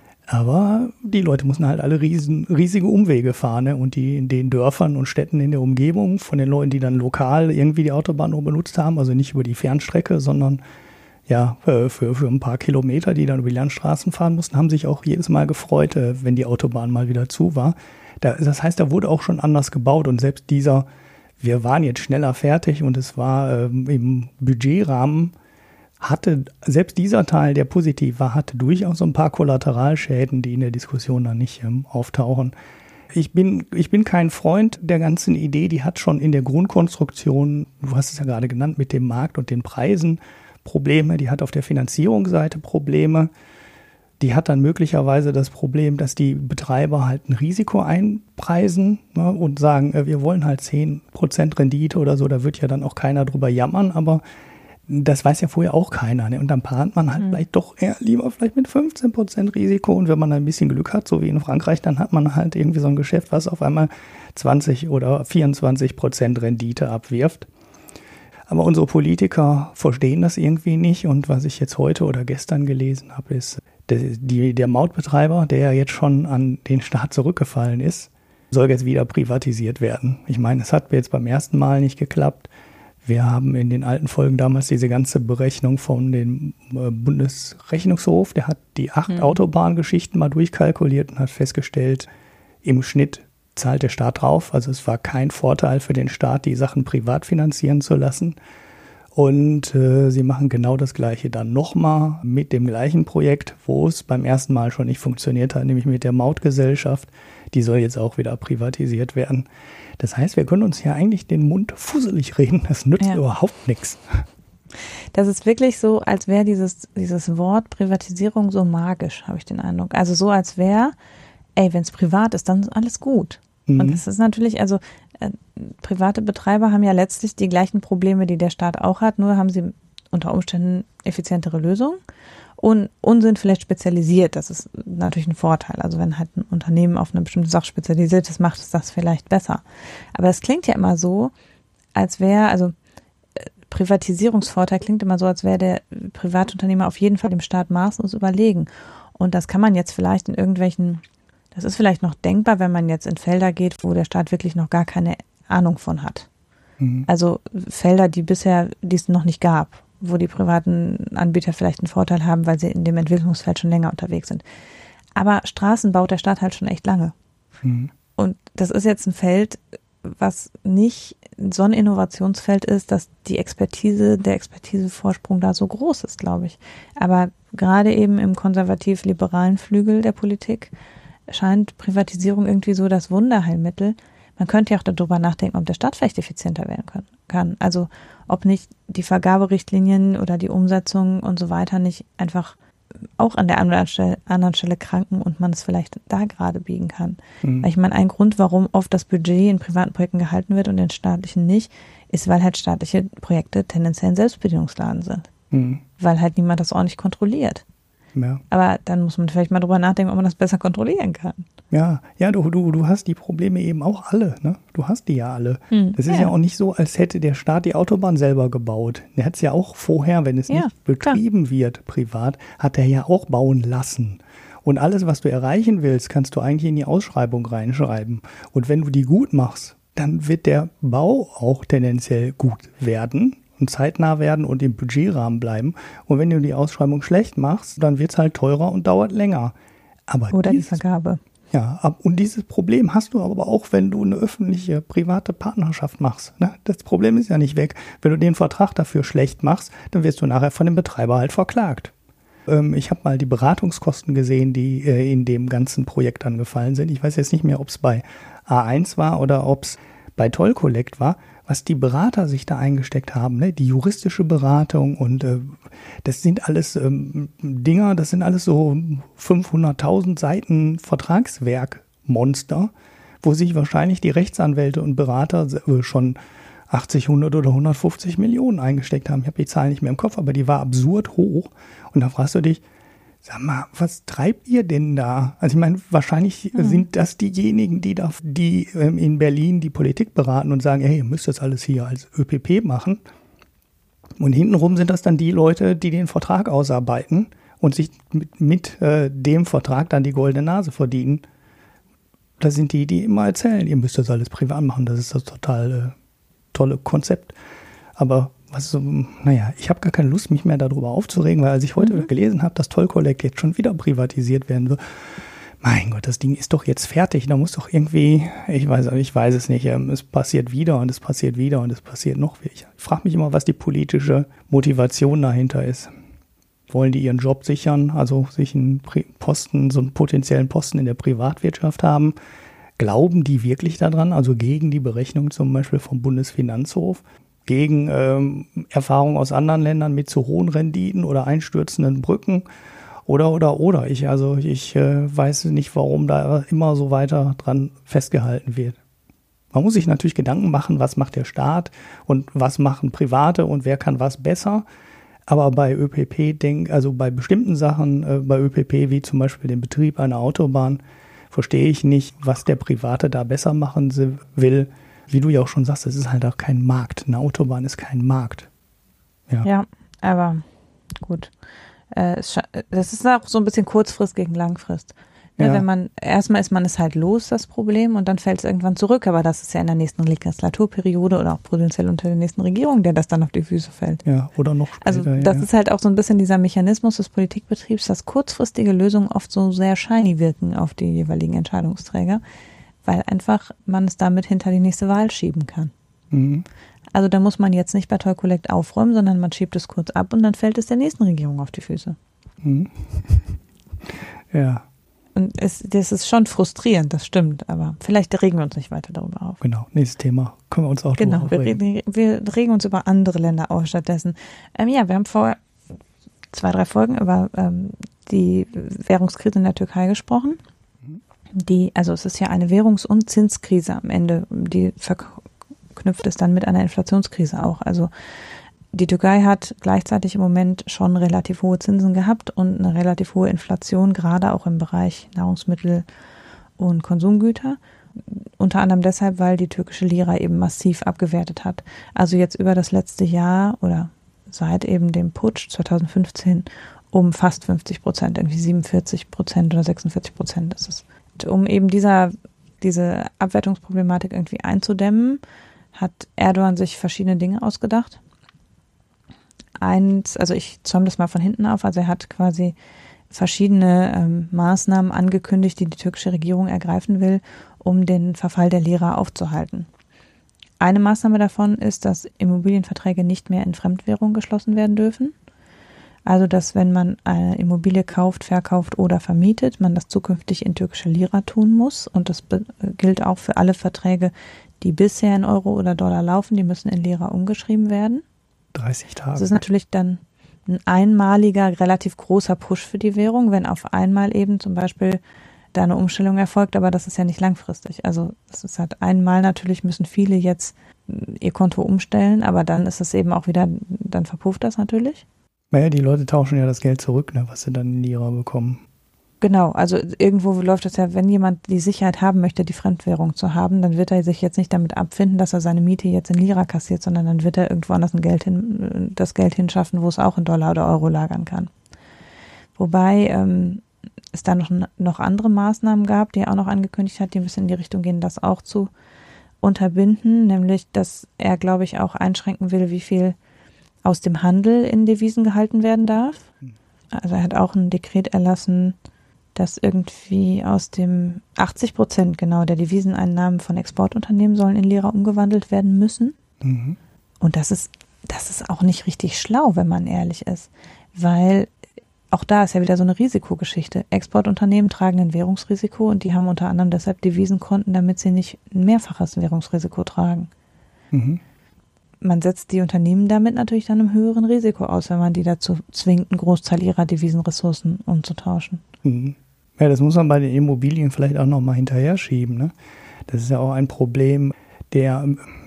Aber die Leute müssen halt alle riesen, riesige Umwege fahren, ne? Und die in den Dörfern und Städten in der Umgebung von den Leuten, die dann lokal irgendwie die Autobahn noch benutzt haben, also nicht über die Fernstrecke, sondern ja für, für ein paar Kilometer, die dann über die Landstraßen fahren mussten, haben sich auch jedes Mal gefreut, wenn die Autobahn mal wieder zu war. Da, das heißt, da wurde auch schon anders gebaut und selbst dieser, wir waren jetzt schneller fertig und es war ähm, im Budgetrahmen, hatte selbst dieser Teil, der positiv war, hatte durchaus so ein paar Kollateralschäden, die in der Diskussion dann nicht ähm, auftauchen. Ich bin, ich bin kein Freund der ganzen Idee, die hat schon in der Grundkonstruktion, du hast es ja gerade genannt, mit dem Markt und den Preisen Probleme, die hat auf der Finanzierungsseite Probleme, die hat dann möglicherweise das Problem, dass die Betreiber halt ein Risiko einpreisen, ne, und sagen, äh, wir wollen halt zehn Prozent Rendite oder so, da wird ja dann auch keiner drüber jammern, aber das weiß ja vorher auch keiner, ne? Und dann plant man halt mhm. vielleicht doch eher lieber vielleicht mit fünfzehn Prozent Risiko und wenn man ein bisschen Glück hat, so wie in Frankreich, dann hat man halt irgendwie so ein Geschäft, was auf einmal zwanzig oder vierundzwanzig Prozent Rendite abwirft. Aber unsere Politiker verstehen das irgendwie nicht und was ich jetzt heute oder gestern gelesen habe, ist, der, die, der Mautbetreiber, der ja jetzt schon an den Staat zurückgefallen ist, soll jetzt wieder privatisiert werden. Ich meine, es hat jetzt beim ersten Mal nicht geklappt. Wir haben in den alten Folgen damals diese ganze Berechnung von dem Bundesrechnungshof, der hat die acht mhm. Autobahngeschichten mal durchkalkuliert und hat festgestellt, im Schnitt zahlt der Staat drauf. Also es war kein Vorteil für den Staat, die Sachen privat finanzieren zu lassen. Und äh, sie machen genau das Gleiche dann nochmal mit dem gleichen Projekt, wo es beim ersten Mal schon nicht funktioniert hat, nämlich mit der Mautgesellschaft. Die soll jetzt auch wieder privatisiert werden. Das heißt, wir können uns ja eigentlich den Mund fusselig reden. Das nützt ja überhaupt nichts. Das ist wirklich so, als wäre dieses, dieses Wort Privatisierung so magisch, habe ich den Eindruck. Also so, als wäre, ey, wenn es privat ist, dann ist alles gut. Mhm. Und das ist natürlich, also äh, private Betreiber haben ja letztlich die gleichen Probleme, die der Staat auch hat, nur haben sie unter Umständen effizientere Lösungen und, und sind vielleicht spezialisiert. Das ist natürlich ein Vorteil. Also wenn halt ein Unternehmen auf eine bestimmte Sache spezialisiert ist, macht es das vielleicht besser. Aber es klingt ja immer so, als wäre, also Privatisierungsvorteil klingt immer so, als wäre der Privatunternehmer auf jeden Fall dem Staat maßlos überlegen. Und das kann man jetzt vielleicht in irgendwelchen, das ist vielleicht noch denkbar, wenn man jetzt in Felder geht, wo der Staat wirklich noch gar keine Ahnung von hat. Mhm. Also Felder, die bisher, die es noch nicht gab, wo die privaten Anbieter vielleicht einen Vorteil haben, weil sie in dem Entwicklungsfeld schon länger unterwegs sind. Aber Straßen baut der Staat halt schon echt lange. Mhm. Und das ist jetzt ein Feld, was nicht so ein Innovationsfeld ist, dass die Expertise, der Expertisevorsprung da so groß ist, glaube ich. Aber gerade eben im konservativ-liberalen Flügel der Politik scheint Privatisierung irgendwie so das Wunderheilmittel. Man könnte ja auch darüber nachdenken, ob der Staat vielleicht effizienter werden kann. Also ob nicht die Vergaberichtlinien oder die Umsetzung und so weiter nicht einfach auch an der anderen Stelle, anderen Stelle kranken und man es vielleicht da gerade biegen kann. Mhm. Weil ich meine, ein Grund, warum oft das Budget in privaten Projekten gehalten wird und in staatlichen nicht, ist, weil halt staatliche Projekte tendenziell ein Selbstbedienungsladen sind. Mhm. Weil halt niemand das ordentlich kontrolliert. Ja. Aber dann muss man vielleicht mal drüber nachdenken, ob man das besser kontrollieren kann. Ja, ja, du, du, du hast die Probleme eben auch alle, ne? Du hast die ja alle. Hm, das ist ja. ja auch nicht so, als hätte der Staat die Autobahn selber gebaut. Der hat es ja auch vorher, wenn es ja, nicht betrieben klar. wird, privat, hat er ja auch bauen lassen. Und alles, was du erreichen willst, kannst du eigentlich in die Ausschreibung reinschreiben. Und wenn du die gut machst, dann wird der Bau auch tendenziell gut werden und zeitnah werden und im Budgetrahmen bleiben. Und wenn du die Ausschreibung schlecht machst, dann wird es halt teurer und dauert länger. Aber Oder dieses, die Vergabe. Ja, und dieses Problem hast du aber auch, wenn du eine öffentliche, private Partnerschaft machst. Ne? Das Problem ist ja nicht weg. Wenn du den Vertrag dafür schlecht machst, dann wirst du nachher von dem Betreiber halt verklagt. Ähm, ich habe mal die Beratungskosten gesehen, die äh, in dem ganzen Projekt angefallen sind. Ich weiß jetzt nicht mehr, ob es bei A eins war oder ob es bei Toll Collect war, was die Berater sich da eingesteckt haben, ne? Die juristische Beratung und äh, das sind alles ähm, Dinger, das sind alles so fünfhunderttausend Seiten Vertragswerkmonster, wo sich wahrscheinlich die Rechtsanwälte und Berater schon achtzig, hundert oder hundertfünfzig Millionen eingesteckt haben. Ich habe die Zahl nicht mehr im Kopf, aber die war absurd hoch. Und da fragst du dich, sag mal, was treibt ihr denn da? Also ich meine, wahrscheinlich mhm. sind das diejenigen, die da, die ähm, in Berlin die Politik beraten und sagen, hey, ihr müsst das alles hier als Ö P P machen. Und hintenrum sind das dann die Leute, die den Vertrag ausarbeiten und sich mit, mit äh, dem Vertrag dann die goldene Nase verdienen. Das sind die, die immer erzählen, ihr müsst das alles privat machen. Das ist das total äh, tolle Konzept. Aber was so, naja, ich habe gar keine Lust, mich mehr darüber aufzuregen, weil als ich heute mhm. gelesen habe, dass Toll Collect jetzt schon wieder privatisiert werden will, mein Gott, das Ding ist doch jetzt fertig, da muss doch irgendwie, ich weiß, ich weiß es nicht, es passiert wieder und es passiert wieder und es passiert noch wieder. Ich frage mich immer, was die politische Motivation dahinter ist. Wollen die ihren Job sichern, also sich einen Posten, so einen potenziellen Posten in der Privatwirtschaft haben? Glauben die wirklich daran, also gegen die Berechnung zum Beispiel vom Bundesfinanzhof? Gegen ähm, Erfahrungen aus anderen Ländern mit zu hohen Renditen oder einstürzenden Brücken oder, oder, oder. Ich, also ich äh, weiß nicht, warum da immer so weiter dran festgehalten wird. Man muss sich natürlich Gedanken machen, was macht der Staat und was machen Private und wer kann was besser. Aber bei Ö P P, denk, also bei bestimmten Sachen, äh, bei Ö P P, wie zum Beispiel den Betrieb einer Autobahn, verstehe ich nicht, was der Private da besser machen will. Wie du ja auch schon sagst, das ist halt auch kein Markt. Eine Autobahn ist kein Markt. Ja, ja, aber gut. Äh, das ist auch so ein bisschen Kurzfrist gegen Langfrist. Ja. Ja, wenn man, erstmal ist man es halt los, das Problem, und dann fällt es irgendwann zurück. Aber das ist ja in der nächsten Legislaturperiode oder auch potenziell unter der nächsten Regierung, der das dann auf die Füße fällt. Ja, oder noch später. Also das ja. ist halt auch so ein bisschen dieser Mechanismus des Politikbetriebs, dass kurzfristige Lösungen oft so sehr shiny wirken auf die jeweiligen Entscheidungsträger, weil einfach man es damit hinter die nächste Wahl schieben kann. Mhm. Also da muss man jetzt nicht bei Toll Collect aufräumen, sondern man schiebt es kurz ab und dann fällt es der nächsten Regierung auf die Füße. Mhm. Ja. und es, das ist schon frustrierend, das stimmt, aber vielleicht regen wir uns nicht weiter darüber auf. Genau, nächstes Thema. Können wir uns auch genau, darüber aufregen. Genau, wir, wir regen uns über andere Länder auf stattdessen. Ähm, ja, wir haben vor zwei, drei Folgen über ähm, die Währungskrise in der Türkei gesprochen. Die, also es ist ja eine Währungs- und Zinskrise am Ende, die verknüpft ist dann mit einer Inflationskrise auch. Also die Türkei hat gleichzeitig im Moment schon relativ hohe Zinsen gehabt und eine relativ hohe Inflation, gerade auch im Bereich Nahrungsmittel und Konsumgüter. Unter anderem deshalb, weil die türkische Lira eben massiv abgewertet hat. Also jetzt über das letzte Jahr oder seit eben dem Putsch zwanzig fünfzehn um fast fünfzig Prozent, irgendwie siebenundvierzig Prozent oder sechsundvierzig Prozent ist es. Um eben dieser, diese Abwertungsproblematik irgendwie einzudämmen, hat Erdogan sich verschiedene Dinge ausgedacht. Eins, also ich zäume das mal von hinten auf, also er hat quasi verschiedene ähm, Maßnahmen angekündigt, die die türkische Regierung ergreifen will, um den Verfall der Lira aufzuhalten. Eine Maßnahme davon ist, dass Immobilienverträge nicht mehr in Fremdwährung geschlossen werden dürfen. Also, dass wenn man eine Immobilie kauft, verkauft oder vermietet, man das zukünftig in türkischer Lira tun muss. Und das be- gilt auch für alle Verträge, die bisher in Euro oder Dollar laufen, die müssen in Lira umgeschrieben werden. dreißig Tage. Das ist natürlich dann ein einmaliger, relativ großer Push für die Währung, wenn auf einmal eben zum Beispiel da eine Umstellung erfolgt, aber das ist ja nicht langfristig. Also das ist halt einmal, natürlich müssen viele jetzt ihr Konto umstellen, aber dann ist es eben auch wieder, dann verpufft das natürlich. Naja, die Leute tauschen ja das Geld zurück, ne, was sie dann in Lira bekommen. Genau, also irgendwo läuft es ja, wenn jemand die Sicherheit haben möchte, die Fremdwährung zu haben, dann wird er sich jetzt nicht damit abfinden, dass er seine Miete jetzt in Lira kassiert, sondern dann wird er irgendwo anders ein Geld hin, das Geld hinschaffen, wo es auch in Dollar oder Euro lagern kann. Wobei ähm, es da noch, noch andere Maßnahmen gab, die er auch noch angekündigt hat, die ein bisschen in die Richtung gehen, das auch zu unterbinden, nämlich, dass er, glaube ich, auch einschränken will, wie viel aus dem Handel in Devisen gehalten werden darf. Also er hat auch ein Dekret erlassen, dass irgendwie aus dem achtzig Prozent genau der Deviseneinnahmen von Exportunternehmen sollen in Lira umgewandelt werden müssen. Mhm. Und das ist, das ist auch nicht richtig schlau, wenn man ehrlich ist, weil auch da ist ja wieder so eine Risikogeschichte. Exportunternehmen tragen ein Währungsrisiko und die haben unter anderem deshalb Devisenkonten, damit sie nicht ein mehrfaches Währungsrisiko tragen. Mhm. Man setzt die Unternehmen damit natürlich dann einem höheren Risiko aus, wenn man die dazu zwingt, einen Großteil ihrer Devisenressourcen umzutauschen. Mhm. Ja, das muss man bei den Immobilien vielleicht auch nochmal hinterher schieben, ne? Das ist ja auch ein Problem der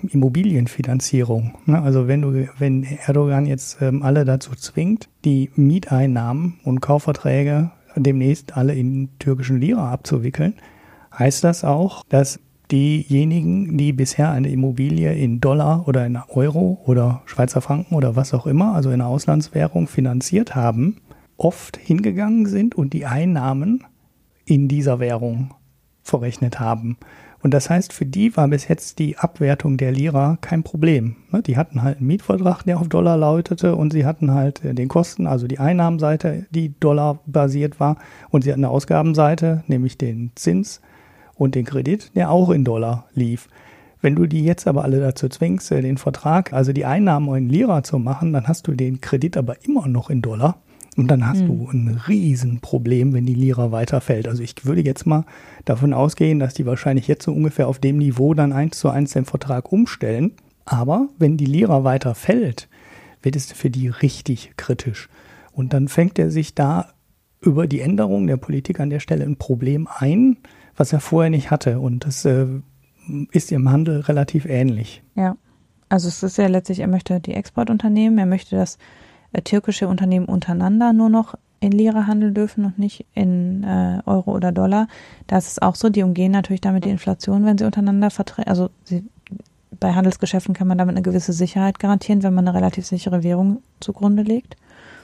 Immobilienfinanzierung, ne? Also wenn du, wenn Erdogan jetzt ähm, alle dazu zwingt, die Mieteinnahmen und Kaufverträge demnächst alle in türkischen Lira abzuwickeln, heißt das auch, dass diejenigen, die bisher eine Immobilie in Dollar oder in Euro oder Schweizer Franken oder was auch immer, also in einer Auslandswährung finanziert haben, oft hingegangen sind und die Einnahmen in dieser Währung verrechnet haben. Und das heißt, für die war bis jetzt die Abwertung der Lira kein Problem. Die hatten halt einen Mietvertrag, der auf Dollar lautete, und sie hatten halt den Kosten, also die Einnahmenseite, die dollarbasiert war, und sie hatten eine Ausgabenseite, nämlich den Zins und den Kredit, der auch in Dollar lief. Wenn du die jetzt aber alle dazu zwingst, den Vertrag, also die Einnahmen in Lira zu machen, dann hast du den Kredit aber immer noch in Dollar. Und dann hast mhm. du ein Riesenproblem, wenn die Lira weiterfällt. Also ich würde jetzt mal davon ausgehen, dass die wahrscheinlich jetzt so ungefähr auf dem Niveau dann eins zu eins den Vertrag umstellen. Aber wenn die Lira weiter fällt, wird es für die richtig kritisch. Und dann fängt er sich da über die Änderung der Politik an der Stelle ein Problem ein, was er vorher nicht hatte. Und das äh, ist im Handel relativ ähnlich. Ja, also es ist ja letztlich, er möchte die Exportunternehmen, er möchte, dass äh, türkische Unternehmen untereinander nur noch in Lira handeln dürfen und nicht in äh, Euro oder Dollar. Das ist auch so, die umgehen natürlich damit die Inflation, wenn sie untereinander vertreten. Also sie, bei Handelsgeschäften kann man damit eine gewisse Sicherheit garantieren, wenn man eine relativ sichere Währung zugrunde legt.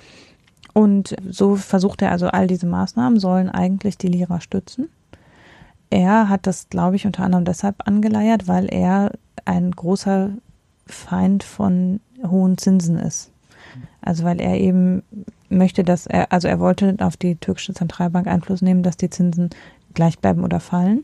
Und so versucht er also, all diese Maßnahmen sollen eigentlich die Lira stützen. Er hat das, glaube ich, unter anderem deshalb angeleiert, weil er ein großer Feind von hohen Zinsen ist. Also weil er eben möchte, dass er, also er wollte auf die türkische Zentralbank Einfluss nehmen, dass die Zinsen gleich bleiben oder fallen.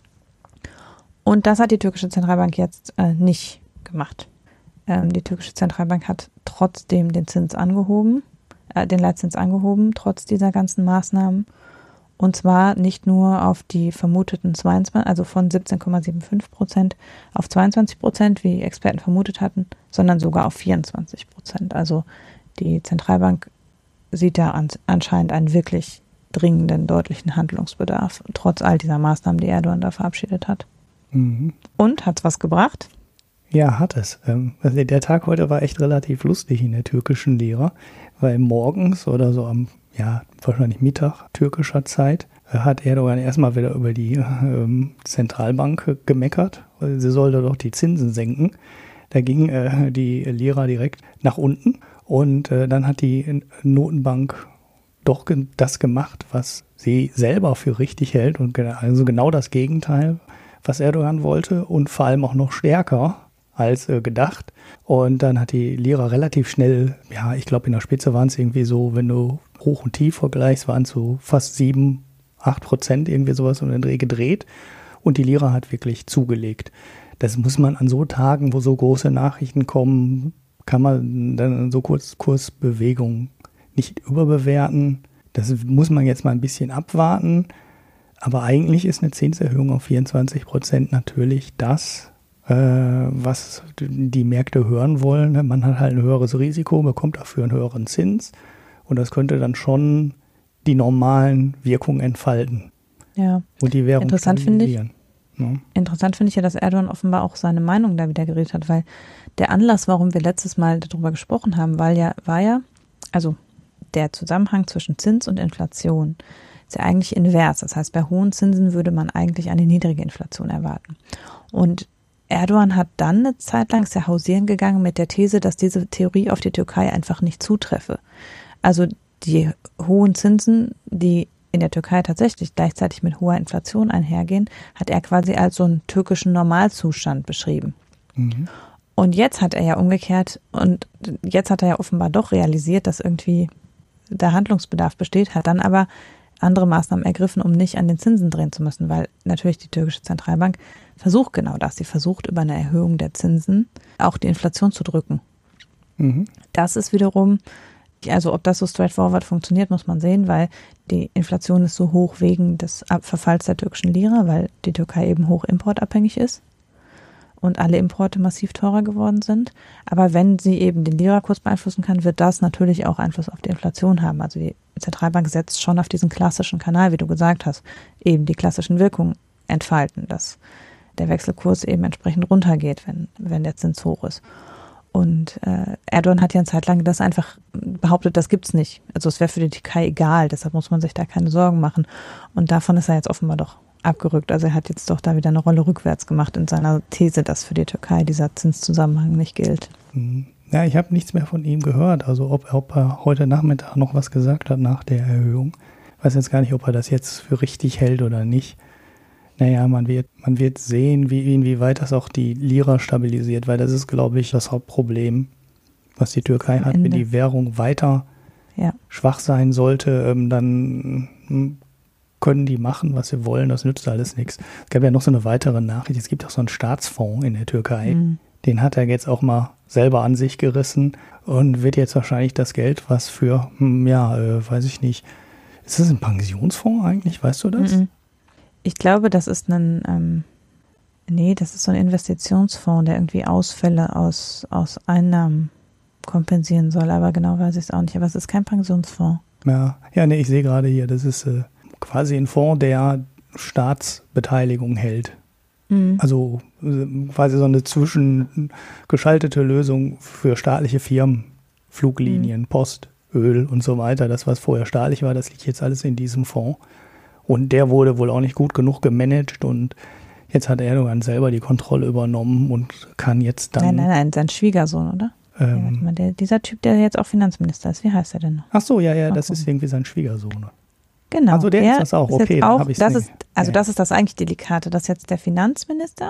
Und das hat die türkische Zentralbank jetzt äh, nicht gemacht. Ähm, die türkische Zentralbank hat trotzdem den Zins angehoben, äh, den Leitzins angehoben, trotz dieser ganzen Maßnahmen. Und zwar nicht nur auf die vermuteten zweiundzwanzig, also von siebzehn Komma fünfundsiebzig Prozent auf zweiundzwanzig Prozent, wie Experten vermutet hatten, sondern sogar auf vierundzwanzig Prozent. Also die Zentralbank sieht da an, anscheinend einen wirklich dringenden, deutlichen Handlungsbedarf, trotz all dieser Maßnahmen, die Erdogan da verabschiedet hat. Mhm. Und, hat's was gebracht? Ja, hat es. Ähm, also der Tag heute war echt relativ lustig in der türkischen Lira, weil morgens oder so am ja, wahrscheinlich Mittag türkischer Zeit, hat Erdogan erstmal wieder über die ähm, Zentralbank gemeckert. Sie sollte doch die Zinsen senken. Da ging äh, die Lira direkt nach unten und äh, dann hat die Notenbank doch ge- das gemacht, was sie selber für richtig hält und ge- also genau das Gegenteil, was Erdogan wollte und vor allem auch noch stärker als äh, gedacht. Und dann hat die Lira relativ schnell, ja, ich glaube in der Spitze waren es irgendwie so, wenn du Hoch und Tief vergleichst, waren es so fast sieben, acht Prozent irgendwie sowas um den Dreh gedreht. Und die Lira hat wirklich zugelegt. Das muss man an so Tagen, wo so große Nachrichten kommen, kann man dann so kurz Kursbewegungen nicht überbewerten. Das muss man jetzt mal ein bisschen abwarten. Aber eigentlich ist eine Zinserhöhung auf vierundzwanzig Prozent natürlich das, äh, was die Märkte hören wollen. Man hat halt ein höheres Risiko, bekommt dafür einen höheren Zins. Und das könnte dann schon die normalen Wirkungen entfalten. Ja. Und die Währung interessant finde ich, ja. interessant finde ich ja, dass Erdogan offenbar auch seine Meinung da wieder geredet hat, weil der Anlass, warum wir letztes Mal darüber gesprochen haben, war ja, war ja, also der Zusammenhang zwischen Zins und Inflation ist ja eigentlich invers. Das heißt, bei hohen Zinsen würde man eigentlich eine niedrige Inflation erwarten. Und Erdogan hat dann eine Zeit lang ist ja hausieren gegangen mit der These, dass diese Theorie auf die Türkei einfach nicht zutreffe. Also die hohen Zinsen, die in der Türkei tatsächlich gleichzeitig mit hoher Inflation einhergehen, hat er quasi als so einen türkischen Normalzustand beschrieben. Mhm. Und jetzt hat er ja umgekehrt, und jetzt hat er ja offenbar doch realisiert, dass irgendwie der Handlungsbedarf besteht, hat dann aber andere Maßnahmen ergriffen, um nicht an den Zinsen drehen zu müssen, weil natürlich die türkische Zentralbank versucht genau das. Sie versucht über eine Erhöhung der Zinsen auch die Inflation zu drücken. Mhm. Das ist wiederum, also ob das so straightforward funktioniert, muss man sehen, weil die Inflation ist so hoch wegen des Verfalls der türkischen Lira, weil die Türkei eben hoch importabhängig ist und alle Importe massiv teurer geworden sind. Aber wenn sie eben den Lira-Kurs beeinflussen kann, wird das natürlich auch Einfluss auf die Inflation haben. Also die Zentralbank setzt schon auf diesen klassischen Kanal, wie du gesagt hast, eben die klassischen Wirkungen entfalten, dass der Wechselkurs eben entsprechend runtergeht, wenn, wenn der Zins hoch ist. Und äh, Erdogan hat ja eine Zeit lang das einfach behauptet, das gibt's nicht. Also es wäre für die Türkei egal, deshalb muss man sich da keine Sorgen machen. Und davon ist er jetzt offenbar doch abgerückt. Also er hat jetzt doch da wieder eine Rolle rückwärts gemacht in seiner These, dass für die Türkei dieser Zinszusammenhang nicht gilt. Ja, ich habe nichts mehr von ihm gehört. Also ob, ob er heute Nachmittag noch was gesagt hat nach der Erhöhung. Ich weiß jetzt gar nicht, ob er das jetzt für richtig hält oder nicht. Naja, man wird, man wird sehen, wie, inwieweit das auch die Lira stabilisiert, weil das ist, glaube ich, das Hauptproblem, was die Türkei hat. Wenn die Währung weiter ja. schwach sein sollte, ähm, dann hm, können die machen, was sie wollen, das nützt alles nichts. Es gab ja noch so eine weitere Nachricht, es gibt auch so einen Staatsfonds in der Türkei, mhm. den hat er jetzt auch mal selber an sich gerissen und wird jetzt wahrscheinlich das Geld, was für, hm, ja, äh, weiß ich nicht, ist das ein Pensionsfonds eigentlich, weißt du das? Mhm. Ich glaube, das ist ein, ähm, nee, das ist so ein Investitionsfonds, der irgendwie Ausfälle aus, aus Einnahmen kompensieren soll, aber genau weiß ich es auch nicht. Aber es ist kein Pensionsfonds. Ja, ja, nee, ich sehe gerade hier, das ist äh, quasi ein Fonds, der Staatsbeteiligung hält. Mhm. Also äh, quasi so eine zwischengeschaltete Lösung für staatliche Firmen, Fluglinien, mhm. Post, Öl und so weiter. Das, was vorher staatlich war, das liegt jetzt alles in diesem Fonds. Und der wurde wohl auch nicht gut genug gemanagt und jetzt hat Erdogan selber die Kontrolle übernommen und kann jetzt dann... Nein, nein, nein, sein Schwiegersohn, oder? Ähm, ja, mal, der, dieser Typ, der jetzt auch Finanzminister ist, wie heißt er denn noch? Ach so, ja, ja, das ist irgendwie sein Schwiegersohn. Genau. Also der, der ist das auch, ist okay, auch, dann habe ich das ist, Also ja. das ist das eigentlich Delikate, dass jetzt der Finanzminister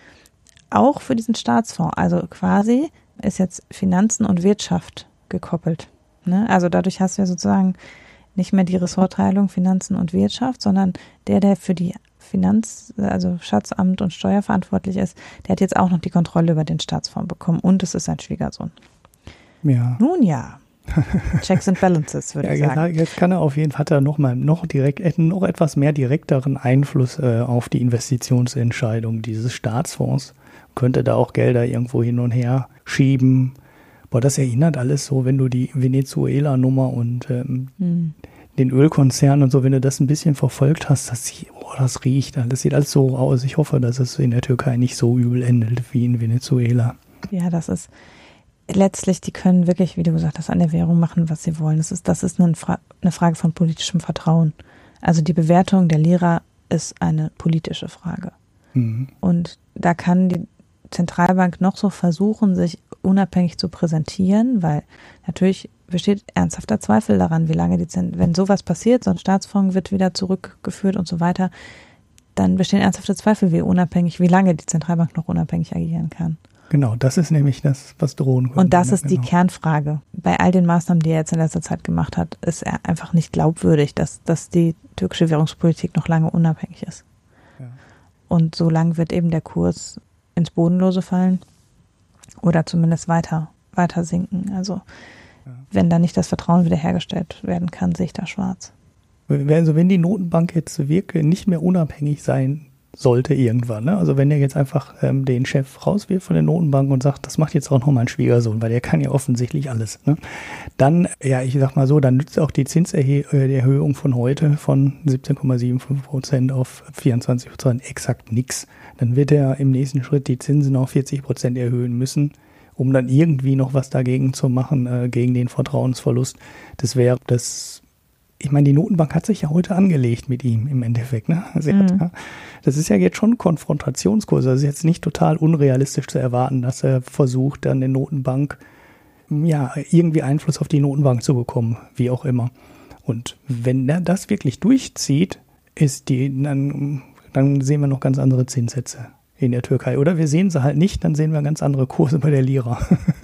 auch für diesen Staatsfonds, also quasi ist jetzt Finanzen und Wirtschaft gekoppelt. Ne? Also dadurch hast du ja sozusagen nicht mehr die Ressortteilung Finanzen und Wirtschaft, sondern der, der für die Finanz-, also Schatzamt und Steuer verantwortlich ist, der hat jetzt auch noch die Kontrolle über den Staatsfonds bekommen und es ist sein Schwiegersohn. Ja. Nun ja, Checks and Balances, würde ja, ich sagen. Jetzt kann er auf jeden Fall, hat er noch mal noch direkt, noch etwas mehr direkteren Einfluss äh, auf die Investitionsentscheidung dieses Staatsfonds. Könnte da auch Gelder irgendwo hin und her schieben. Boah, das erinnert alles so, wenn du die Venezuela-Nummer und ähm, hm. den Ölkonzern und so, wenn du das ein bisschen verfolgt hast, das, oh, das riecht, das sieht alles so aus. Ich hoffe, dass es in der Türkei nicht so übel endet wie in Venezuela. Ja, das ist letztlich, die können wirklich, wie du gesagt hast, an der Währung machen, was sie wollen. Das ist, das ist eine, Fra- eine Frage von politischem Vertrauen. Also die Bewertung der Lira ist eine politische Frage. Mhm. Und da kann die Zentralbank noch so versuchen, sich unabhängig zu präsentieren, weil natürlich besteht ernsthafter Zweifel daran, wie lange die Zent- wenn sowas passiert, so ein Staatsfonds wird wieder zurückgeführt und so weiter, dann bestehen ernsthafte Zweifel, wie unabhängig, wie lange die Zentralbank noch unabhängig agieren kann. Genau, das ist nämlich das, was drohen könnte. Und das ja, ist genau. die Kernfrage. Bei all den Maßnahmen, die er jetzt in letzter Zeit gemacht hat, ist er einfach nicht glaubwürdig, dass, dass die türkische Währungspolitik noch lange unabhängig ist. Ja. Und so lang wird eben der Kurs ins Bodenlose fallen oder zumindest weiter, weiter sinken. Also ja. wenn da nicht das Vertrauen wiederhergestellt werden kann, sehe ich da schwarz. Also wenn die Notenbank jetzt wirklich nicht mehr unabhängig sein sollte irgendwann, ne? Also wenn er jetzt einfach ähm, den Chef rauswirft von der Notenbank und sagt, das macht jetzt auch noch mein Schwiegersohn, weil der kann ja offensichtlich alles, ne? Dann, ja, ich sag mal so, dann nützt auch die Zinserhöhung von heute von siebzehn Komma fünfundsiebzig Prozent auf vierundzwanzig Prozent exakt nix. Dann wird er im nächsten Schritt die Zinsen auf vierzig Prozent erhöhen müssen, um dann irgendwie noch was dagegen zu machen, äh, gegen den Vertrauensverlust. Das wäre das, ich meine, die Notenbank hat sich ja heute angelegt mit ihm im Endeffekt, ne? Also mhm. hat, ja, das ist ja jetzt schon ein Konfrontationskurs. Also es ist jetzt nicht total unrealistisch zu erwarten, dass er versucht, dann der Notenbank, ja, irgendwie Einfluss auf die Notenbank zu bekommen, wie auch immer. Und wenn er das wirklich durchzieht, ist die, dann, dann sehen wir noch ganz andere Zinssätze in der Türkei. Oder wir sehen sie halt nicht, dann sehen wir ganz andere Kurse bei der Lira.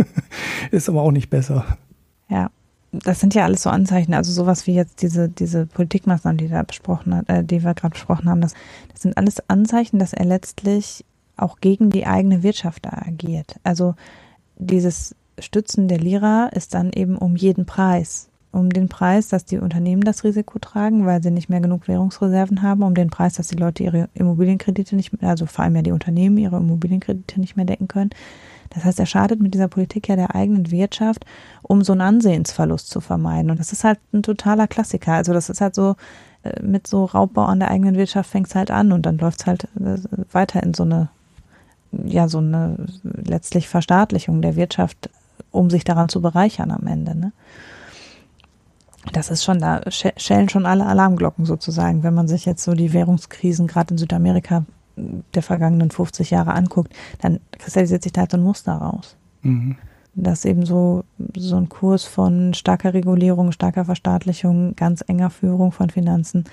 Ist aber auch nicht besser. Ja. Das sind ja alles so Anzeichen, also sowas wie jetzt diese diese Politikmaßnahmen, die da besprochen hat, äh, die wir gerade besprochen haben, das, das sind alles Anzeichen, dass er letztlich auch gegen die eigene Wirtschaft da agiert. Also dieses Stützen der Lira ist dann eben um jeden Preis. Um den Preis, dass die Unternehmen das Risiko tragen, weil sie nicht mehr genug Währungsreserven haben, um den Preis, dass die Leute ihre Immobilienkredite nicht mehr, also vor allem ja die Unternehmen ihre Immobilienkredite nicht mehr decken können. Das heißt, er schadet mit dieser Politik ja der eigenen Wirtschaft, um so einen Ansehensverlust zu vermeiden. Und das ist halt ein totaler Klassiker. Also das ist halt so, mit so Raubbau an der eigenen Wirtschaft fängt es halt an und dann läuft es halt weiter in so eine, ja, so eine letztlich Verstaatlichung der Wirtschaft, um sich daran zu bereichern am Ende, ne? Das ist schon, da schellen schon alle Alarmglocken sozusagen, wenn man sich jetzt so die Währungskrisen gerade in Südamerika der vergangenen fünfzig Jahre anguckt, dann kristallisiert sich da halt so ein Muster raus. Mhm. Dass eben so, so ein Kurs von starker Regulierung, starker Verstaatlichung, ganz enger Führung von Finanzen,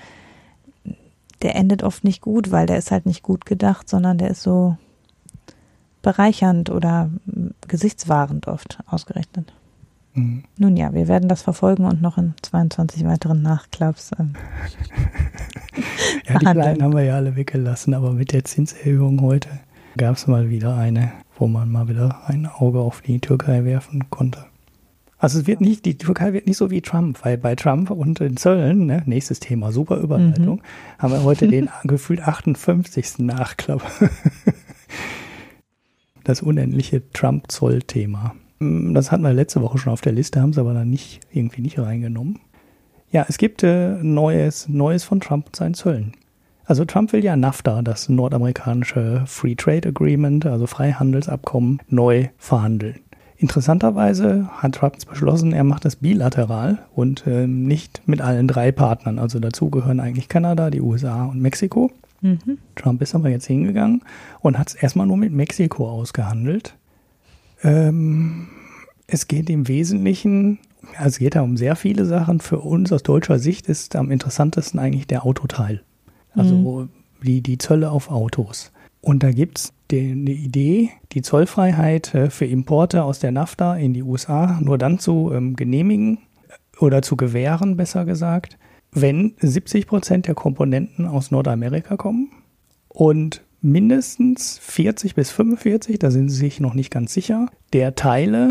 der endet oft nicht gut, weil der ist halt nicht gut gedacht, sondern der ist so bereichernd oder gesichtswahrend oft ausgerechnet. Mhm. Nun ja, wir werden das verfolgen und noch in zweiundzwanzig weiteren Nachklaps ähm, ja, die kleinen haben wir ja alle weggelassen, aber mit der Zinserhöhung heute gab es mal wieder eine, wo man mal wieder ein Auge auf die Türkei werfen konnte. Also es wird nicht, die Türkei wird nicht so wie Trump, weil bei Trump und den Zöllen, ne, nächstes Thema, super Überleitung, mhm. haben wir heute den gefühlt achtundfünfzigsten Nachklapp. Das unendliche Trump-Zoll-Thema. Das hatten wir letzte Woche schon auf der Liste, haben sie aber dann nicht, irgendwie nicht reingenommen. Ja, es gibt äh, Neues, Neues von Trump und seinen Zöllen. Also Trump will ja NAFTA, das nordamerikanische Free Trade Agreement, also Freihandelsabkommen, neu verhandeln. Interessanterweise hat Trump beschlossen, er macht das bilateral und äh, nicht mit allen drei Partnern. Also dazu gehören eigentlich Kanada, die U S A und Mexiko. Mhm. Trump ist aber jetzt hingegangen und hat es erstmal nur mit Mexiko ausgehandelt. Ähm, es geht im Wesentlichen, also es geht da um sehr viele Sachen. Für uns aus deutscher Sicht ist am interessantesten eigentlich der Autoteil. Also mhm. die, die Zölle auf Autos. Und da gibt es eine Idee, die Zollfreiheit für Importe aus der NAFTA in die U S A nur dann zu ähm, genehmigen oder zu gewähren, besser gesagt, wenn siebzig Prozent der Komponenten aus Nordamerika kommen und mindestens vierzig bis fünfundvierzig, da sind sie sich noch nicht ganz sicher, der Teile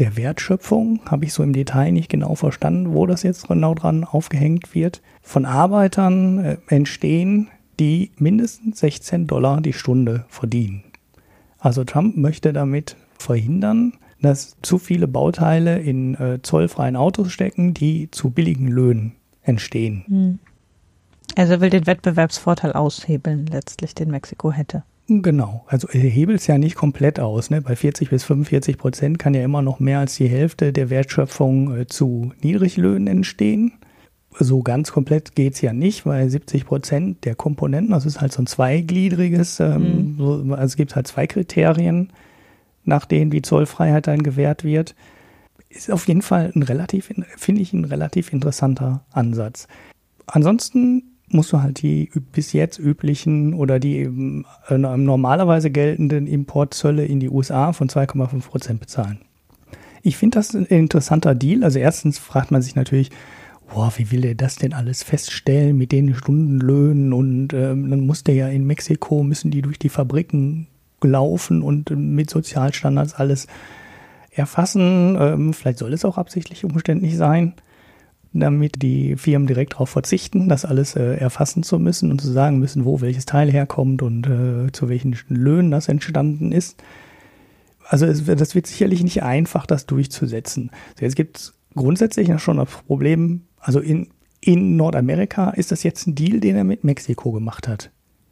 der Wertschöpfung, habe ich so im Detail nicht genau verstanden, wo das jetzt genau dran aufgehängt wird, von Arbeitern äh, entstehen, die mindestens sechzehn Dollar die Stunde verdienen. Also Trump möchte damit verhindern, dass zu viele Bauteile in äh, zollfreien Autos stecken, die zu billigen Löhnen entstehen. Hm. Also er will den Wettbewerbsvorteil aushebeln, letztlich, den Mexiko hätte. Genau, also er hebelt es ja nicht komplett aus. Ne? Bei vierzig bis fünfundvierzig Prozent kann ja immer noch mehr als die Hälfte der Wertschöpfung äh, zu Niedriglöhnen entstehen. So ganz komplett geht es ja nicht, weil siebzig Prozent der Komponenten, das ist halt so ein zweigliedriges, ähm, mhm. so, also es gibt halt zwei Kriterien, nach denen die Zollfreiheit dann gewährt wird. Ist auf jeden Fall ein relativ, finde ich, ein relativ interessanter Ansatz. Ansonsten musst du halt die bis jetzt üblichen oder die äh, normalerweise geltenden Importzölle in die U S A von zwei Komma fünf Prozent bezahlen. Ich finde das ein interessanter Deal. Also erstens fragt man sich natürlich, boah, wie will der das denn alles feststellen mit den Stundenlöhnen und ähm, dann muss der ja in Mexiko, müssen die durch die Fabriken laufen und äh, mit Sozialstandards alles erfassen. Ähm, vielleicht soll es auch absichtlich umständlich sein, damit die Firmen direkt darauf verzichten, das alles äh, erfassen zu müssen und zu sagen müssen, wo welches Teil herkommt und äh, zu welchen Löhnen das entstanden ist. Also es, das wird sicherlich nicht einfach, das durchzusetzen. So, jetzt gibt es grundsätzlich schon das Problem, also in, in Nordamerika ist das jetzt ein Deal, den er mit Mexiko gemacht hat.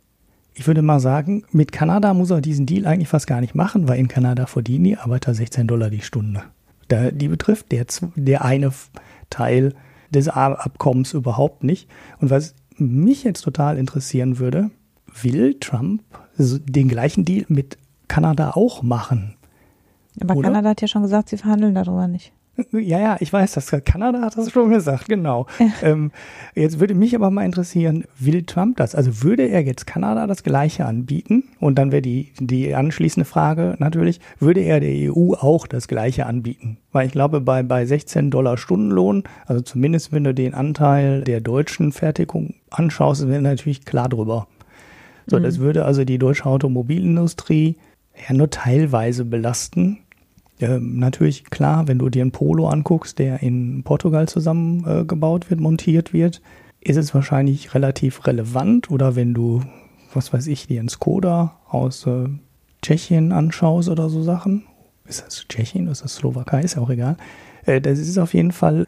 Ich würde mal sagen, mit Kanada muss er diesen Deal eigentlich fast gar nicht machen, weil in Kanada verdienen die Arbeiter sechzehn Dollar die Stunde. Da, die betrifft der, der eine Teil des Abkommens überhaupt nicht. Und was mich jetzt total interessieren würde, will Trump den gleichen Deal mit Kanada auch machen? Aber oder? Kanada hat ja schon gesagt, sie verhandeln darüber nicht. Ja, ja, ich weiß, das Kanada hat das schon gesagt, genau. Ja. Ähm, jetzt würde mich aber mal interessieren, will Trump das? Also würde er jetzt Kanada das Gleiche anbieten? Und dann wäre die, die anschließende Frage natürlich, würde er der E U auch das Gleiche anbieten? Weil ich glaube, bei, bei sechzehn Dollar Stundenlohn, also zumindest wenn du den Anteil der deutschen Fertigung anschaust, wäre natürlich klar drüber. So, mhm. Das würde also die deutsche Automobilindustrie ja nur teilweise belasten. Ähm, natürlich, klar, wenn du dir einen Polo anguckst, der in Portugal zusammengebaut äh, wird, montiert wird, ist es wahrscheinlich relativ relevant. Oder wenn du, was weiß ich, dir einen Skoda aus äh, Tschechien anschaust oder so Sachen. Ist das Tschechien, ist das Slowakei, ist ja auch egal. Äh, das ist auf jeden Fall,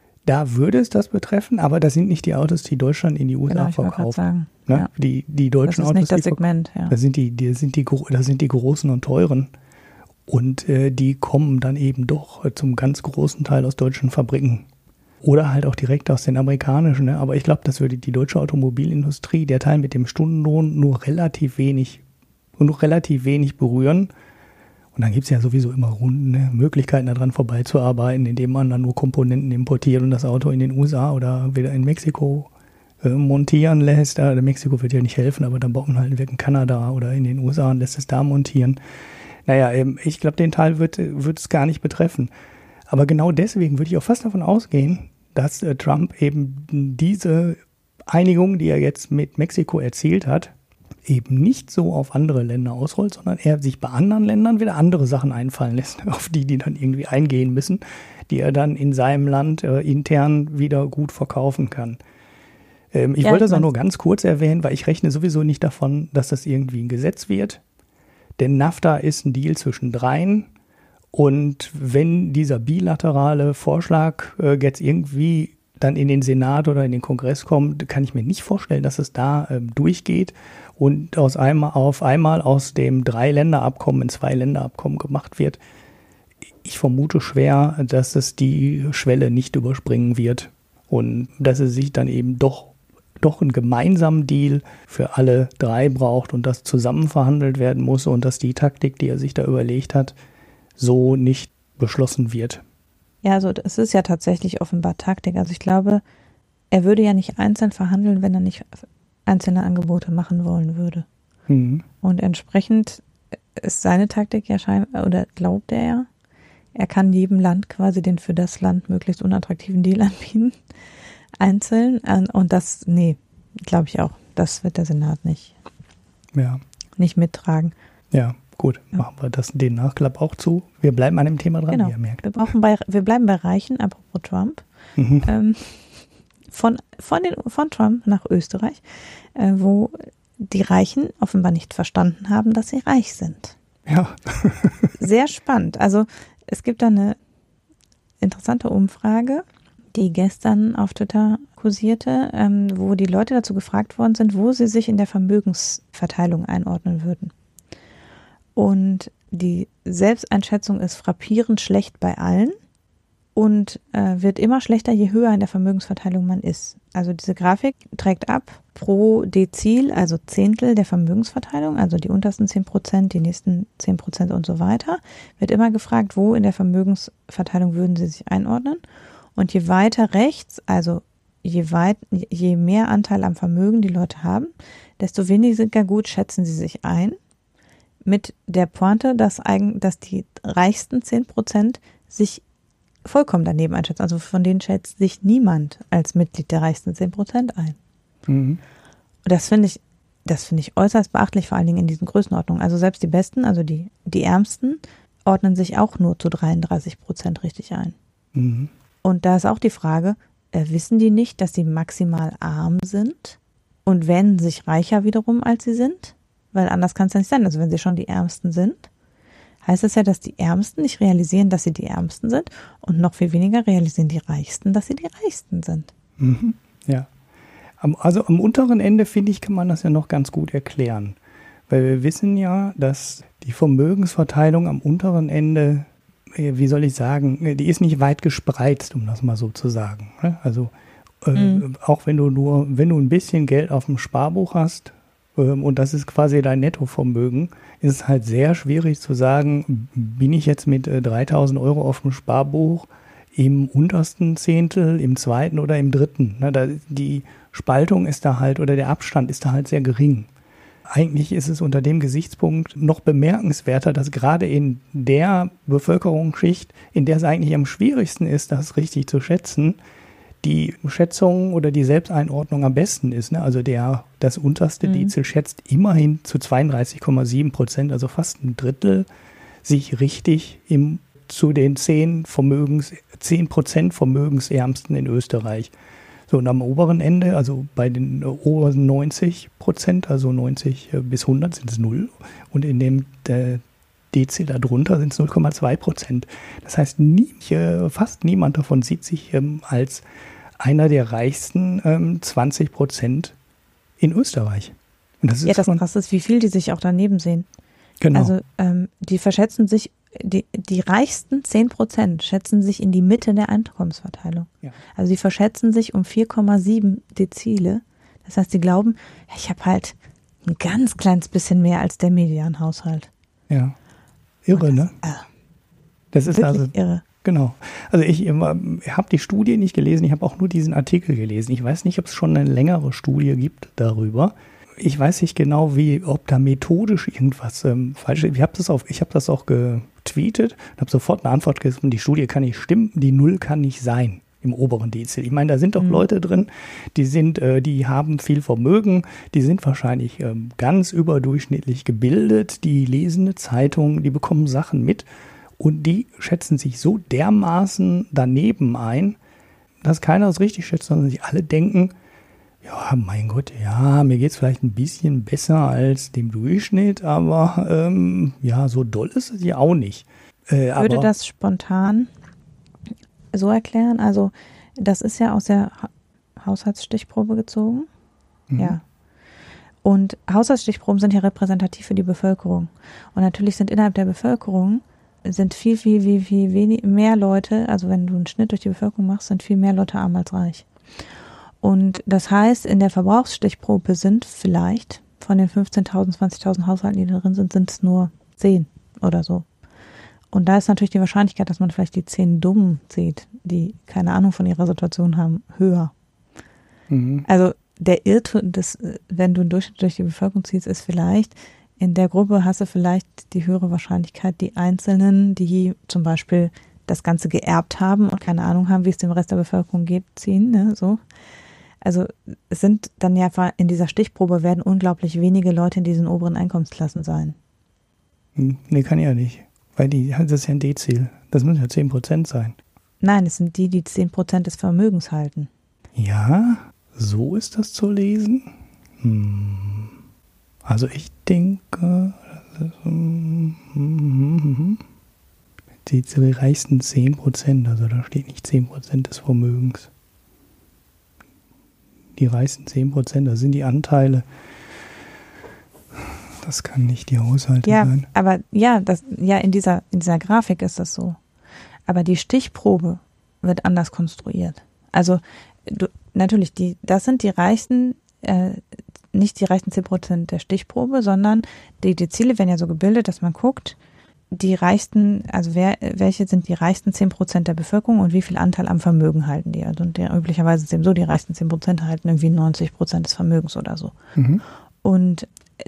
da würde es das betreffen, aber das sind nicht die Autos, die Deutschland in die U S A genau, verkauft. Ne? Ja. Die, die deutschen Autos, das ist nicht das Segment, ja. Das sind die, die, sind die, das sind die großen und teuren. Und äh, die kommen dann eben doch äh, zum ganz großen Teil aus deutschen Fabriken. Oder halt auch direkt aus den amerikanischen. Ne? Aber ich glaube, das würde die deutsche Automobilindustrie, der Teil mit dem Stundenlohn, nur relativ wenig, nur relativ wenig berühren. Und dann gibt es ja sowieso immer ne, Möglichkeiten, daran vorbeizuarbeiten, indem man dann nur Komponenten importiert und das Auto in den U S A oder wieder in Mexiko äh, montieren lässt. Ja, Mexiko wird ja nicht helfen, aber dann baut man halt in Kanada oder in den U S A und lässt es da montieren. Naja, ich glaube, den Teil wird, wird es gar nicht betreffen. Aber genau deswegen würde ich auch fast davon ausgehen, dass äh, Trump eben diese Einigung, die er jetzt mit Mexiko erzielt hat, eben nicht so auf andere Länder ausrollt, sondern er sich bei anderen Ländern wieder andere Sachen einfallen lässt, auf die die dann irgendwie eingehen müssen, die er dann in seinem Land äh, intern wieder gut verkaufen kann. Ähm, ich ja, wollte das auch nur ganz kurz erwähnen, weil ich rechne sowieso nicht davon, dass das irgendwie ein Gesetz wird. Denn NAFTA ist ein Deal zwischen dreien und wenn dieser bilaterale Vorschlag äh, jetzt irgendwie dann in den Senat oder in den Kongress kommt, kann ich mir nicht vorstellen, dass es da äh, durchgeht und aus einmal, auf einmal aus dem Drei-Länder-Abkommen ein Zwei-Länder-Abkommen gemacht wird. Ich vermute schwer, dass es die Schwelle nicht überspringen wird und dass es sich dann eben doch doch einen gemeinsamen Deal für alle drei braucht und das zusammen verhandelt werden muss und dass die Taktik, die er sich da überlegt hat, so nicht beschlossen wird. Ja, also es ist ja tatsächlich offenbar Taktik. Also ich glaube, er würde ja nicht einzeln verhandeln, wenn er nicht einzelne Angebote machen wollen würde. Mhm. Und entsprechend ist seine Taktik ja scheinbar, oder glaubt er ja, er kann jedem Land quasi den für das Land möglichst unattraktiven Deal anbieten. Einzeln und das, nee, glaube ich auch, das wird der Senat nicht, ja. nicht mittragen. Ja, Gut, machen wir das, den Nachklapp auch zu. Wir bleiben an dem Thema dran, genau. wie ihr merkt. Wir, brauchen bei, wir bleiben bei Reichen, apropos Trump. Mhm. Ähm, von, von, den, von Trump nach Österreich, äh, wo die Reichen offenbar nicht verstanden haben, dass sie reich sind. Ja. Sehr spannend. Also es gibt da eine interessante Umfrage, die gestern auf Twitter kursierte, ähm, wo die Leute dazu gefragt worden sind, wo sie sich in der Vermögensverteilung einordnen würden. Und die Selbsteinschätzung ist frappierend schlecht bei allen und äh, wird immer schlechter, je höher in der Vermögensverteilung man ist. Also diese Grafik trägt ab pro Dezil, also Zehntel der Vermögensverteilung, also die untersten zehn Prozent, die nächsten zehn Prozent und so weiter, wird immer gefragt, wo in der Vermögensverteilung würden sie sich einordnen. Und je weiter rechts, also je, weit, je mehr Anteil am Vermögen die Leute haben, desto weniger gut schätzen sie sich ein. Mit der Pointe, dass, eigen, dass die reichsten zehn Prozent sich vollkommen daneben einschätzen. Also von denen schätzt sich niemand als Mitglied der reichsten zehn Prozent ein. Mhm. Und das finde ich, das finde ich äußerst beachtlich, vor allen Dingen in diesen Größenordnungen. Also selbst die Besten, also die, die Ärmsten, ordnen sich auch nur zu dreiunddreißig Prozent richtig ein. Mhm. Und da ist auch die Frage, äh, wissen die nicht, dass sie maximal arm sind und wähnen sich reicher wiederum, als sie sind? Weil anders kann es ja nicht sein. Also wenn sie schon die Ärmsten sind, heißt es ja, dass die Ärmsten nicht realisieren, dass sie die Ärmsten sind und noch viel weniger realisieren die Reichsten, dass sie die Reichsten sind. Mhm, ja. Also am unteren Ende, finde ich, kann man das ja noch ganz gut erklären. Weil wir wissen ja, dass die Vermögensverteilung am unteren Ende, wie soll ich sagen, die ist nicht weit gespreizt, um das mal so zu sagen. Also äh, mhm. auch wenn du nur, wenn du ein bisschen Geld auf dem Sparbuch hast, und das ist quasi dein Nettovermögen, ist es halt sehr schwierig zu sagen, bin ich jetzt mit dreitausend Euro auf dem Sparbuch im untersten Zehntel, im zweiten oder im dritten. Die Spaltung ist da halt, oder der Abstand ist da halt sehr gering. Eigentlich ist es unter dem Gesichtspunkt noch bemerkenswerter, dass gerade in der Bevölkerungsschicht, in der es eigentlich am schwierigsten ist, das richtig zu schätzen, die Schätzung oder die Selbsteinordnung am besten ist. Ne? Also der, das unterste mhm. Dezil schätzt immerhin zu zweiunddreißig Komma sieben Prozent, also fast ein Drittel, sich richtig im, zu den zehn Vermögens, zehn Prozent Vermögensärmsten in Österreich. So, und am oberen Ende, also bei den oberen neunzig Prozent, also neunzig bis hundert sind es null. Und in dem der Dezil darunter sind es null Komma zwei Prozent. Das heißt, nie, fast niemand davon sieht sich ähm, als einer der reichsten ähm, zwanzig Prozent in Österreich. Und das ist ja, das Krasse ist, wie viel die sich auch daneben sehen. Genau. Also ähm, die verschätzen sich, die, die reichsten zehn Prozent schätzen sich in die Mitte der Einkommensverteilung. Ja. Also sie verschätzen sich um vier Komma sieben Dezile. Das heißt, sie glauben, ich habe halt ein ganz kleines bisschen mehr als der Medianhaushalt. Ja. Irre, das, ne? Äh, das ist wirklich also irre. Genau. Also ich, ich habe die Studie nicht gelesen, ich habe auch nur diesen Artikel gelesen. Ich weiß nicht, ob es schon eine längere Studie gibt darüber. Ich weiß nicht genau, wie, ob da methodisch irgendwas ähm, falsch ist. Ich habe das, auf, ich hab das auch getweetet und habe sofort eine Antwort gegeben, die Studie kann nicht stimmen, die Null kann nicht sein im oberen Dezil. Ich meine, da sind doch mhm. Leute drin, die sind, äh, die haben viel Vermögen, die sind wahrscheinlich ähm, ganz überdurchschnittlich gebildet, die lesen eine Zeitung, die bekommen Sachen mit. Und die schätzen sich so dermaßen daneben ein, dass keiner es richtig schätzt, sondern sich alle denken, ja, mein Gott, ja, mir geht es vielleicht ein bisschen besser als dem Durchschnitt, aber ähm, ja, so doll ist es ja auch nicht. Äh, ich würde aber, das spontan so erklären, also das ist ja aus der ha- Haushaltsstichprobe gezogen. Mhm. Ja. Und Haushaltsstichproben sind ja repräsentativ für die Bevölkerung. Und natürlich sind innerhalb der Bevölkerung sind viel, viel, viel, viel wenig, mehr Leute, also wenn du einen Schnitt durch die Bevölkerung machst, sind viel mehr Leute arm als reich. Und das heißt, in der Verbrauchsstichprobe sind vielleicht von den fünfzehntausend, zwanzigtausend Haushalten, die da drin sind, sind es nur zehn oder so. Und da ist natürlich die Wahrscheinlichkeit, dass man vielleicht die zehn Dummen sieht, die keine Ahnung von ihrer Situation haben, höher. Mhm. Also der Irrtum, das, wenn du einen Durchschnitt durch die Bevölkerung ziehst, ist vielleicht, in der Gruppe hast du vielleicht die höhere Wahrscheinlichkeit, die Einzelnen, die zum Beispiel das Ganze geerbt haben und keine Ahnung haben, wie es dem Rest der Bevölkerung geht, ziehen, ne, so. Also es sind dann ja in dieser Stichprobe werden unglaublich wenige Leute in diesen oberen Einkommensklassen sein. Nee, kann ja nicht. Weil die, das ist ja ein Dezil. Das müssen ja zehn Prozent sein. Nein, es sind die, die zehn Prozent des Vermögens halten. Ja, so ist das zu lesen. Hm. Also ich denke, das ist, hm, hm, hm, hm. Die, die reichsten zehn Prozent, also da steht nicht zehn Prozent des Vermögens. Die reichsten zehn Prozent, das sind die Anteile. Das kann nicht die Haushalte ja, sein. Aber ja, das, ja, in dieser, in dieser Grafik ist das so. Aber die Stichprobe wird anders konstruiert. Also du, natürlich, die, das sind die reichsten, äh, nicht die reichsten zehn Prozent der Stichprobe, sondern die, die Ziele werden ja so gebildet, dass man guckt, die reichsten, also wer, welche sind die reichsten zehn Prozent der Bevölkerung und wie viel Anteil am Vermögen halten die? Also der, üblicherweise ist es eben so, die reichsten zehn Prozent halten irgendwie neunzig Prozent des Vermögens oder so. Mhm. Und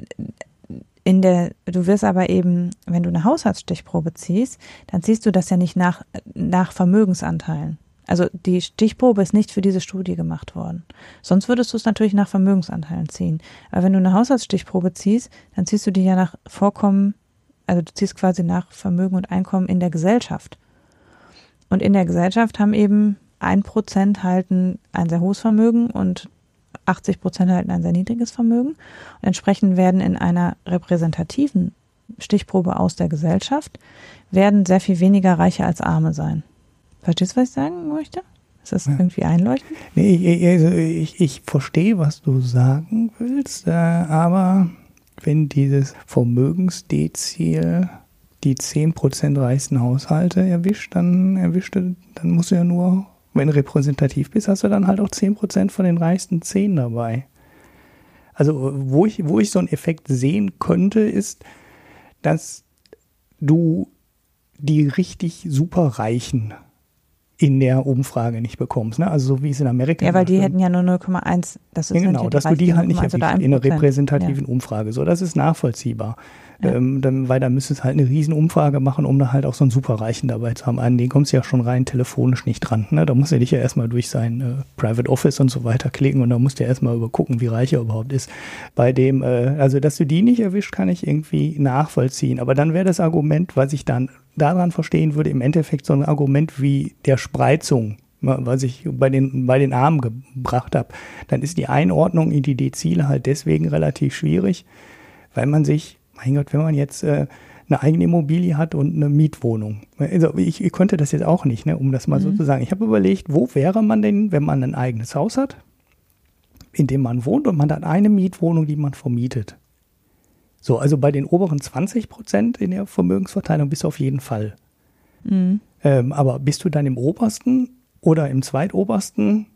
in der, du wirst aber eben, wenn du eine Haushaltsstichprobe ziehst, dann ziehst du das ja nicht nach, nach Vermögensanteilen. Also die Stichprobe ist nicht für diese Studie gemacht worden. Sonst würdest du es natürlich nach Vermögensanteilen ziehen. Aber wenn du eine Haushaltsstichprobe ziehst, dann ziehst du die ja nach Vorkommen, also du ziehst quasi nach Vermögen und Einkommen in der Gesellschaft. Und in der Gesellschaft haben eben ein Prozent halten ein sehr hohes Vermögen und achtzig Prozent halten ein sehr niedriges Vermögen. Und entsprechend werden in einer repräsentativen Stichprobe aus der Gesellschaft, werden sehr viel weniger Reiche als Arme sein. Verstehst du, was ich sagen möchte? Ist das ja irgendwie einleuchtend? Nee, ich, also ich, ich verstehe, was du sagen willst, äh, aber wenn dieses Vermögensdezil die zehn Prozent reichsten Haushalte erwischt, dann erwischt, dann musst du ja nur, wenn du repräsentativ bist, hast du dann halt auch zehn Prozent von den reichsten zehn dabei. Also wo ich, wo ich so einen Effekt sehen könnte, ist, dass du die richtig Superreichen in der Umfrage nicht bekommst, ne? Also so wie es in Amerika ist. Ja, weil die hätten ja nur null Komma eins. Das ist ja, genau, dass du die halt nicht also erwischt in einer repräsentativen ja. Umfrage. So, das ist nachvollziehbar. Ja. Ähm, dann, weil da müsstest du halt eine riesen Umfrage machen, um da halt auch so einen Superreichen dabei zu haben. An den kommst du ja schon rein telefonisch nicht dran. Ne? Da musst du dich ja erstmal durch sein äh, Private Office und so weiter klicken und da musst du ja erstmal übergucken, wie reich er überhaupt ist. Bei dem, äh, also dass du die nicht erwischt, kann ich irgendwie nachvollziehen. Aber dann wäre das Argument, was ich dann daran verstehen würde, im Endeffekt so ein Argument wie der Spreizung, was ich bei den, bei den Armen gebracht habe. Dann ist die Einordnung in die Dezile halt deswegen relativ schwierig, weil man sich, mein Gott, wenn man jetzt äh, eine eigene Immobilie hat und eine Mietwohnung. Also ich, ich konnte das jetzt auch nicht, ne, um das mal mhm. so zu sagen. Ich habe überlegt, wo wäre man denn, wenn man ein eigenes Haus hat, in dem man wohnt und man hat eine Mietwohnung, die man vermietet. So, also bei den oberen zwanzig Prozent in der Vermögensverteilung bist du auf jeden Fall. Mhm. Ähm, aber bist du dann im obersten oder im zweitobersten?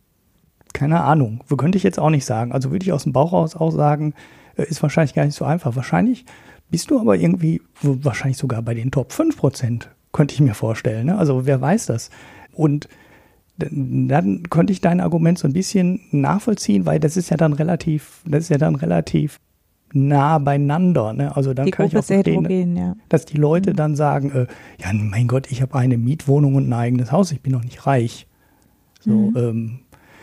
Keine Ahnung. Wo könnte ich jetzt auch nicht sagen. Also würde ich aus dem Bauch raus auch sagen, äh, ist wahrscheinlich gar nicht so einfach. Wahrscheinlich bist du aber irgendwie, wahrscheinlich sogar bei den Top fünf Prozent, könnte ich mir vorstellen. Ne? Also wer weiß das? Und dann könnte ich dein Argument so ein bisschen nachvollziehen, weil das ist ja dann relativ, das ist ja dann relativ nah beieinander, ne? Also dann die kann Gruppe ich auch verstehen, heterogen, ja. dass die Leute dann sagen, äh, ja, mein Gott, ich habe eine Mietwohnung und ein eigenes Haus, ich bin noch nicht reich. So, mhm. ähm,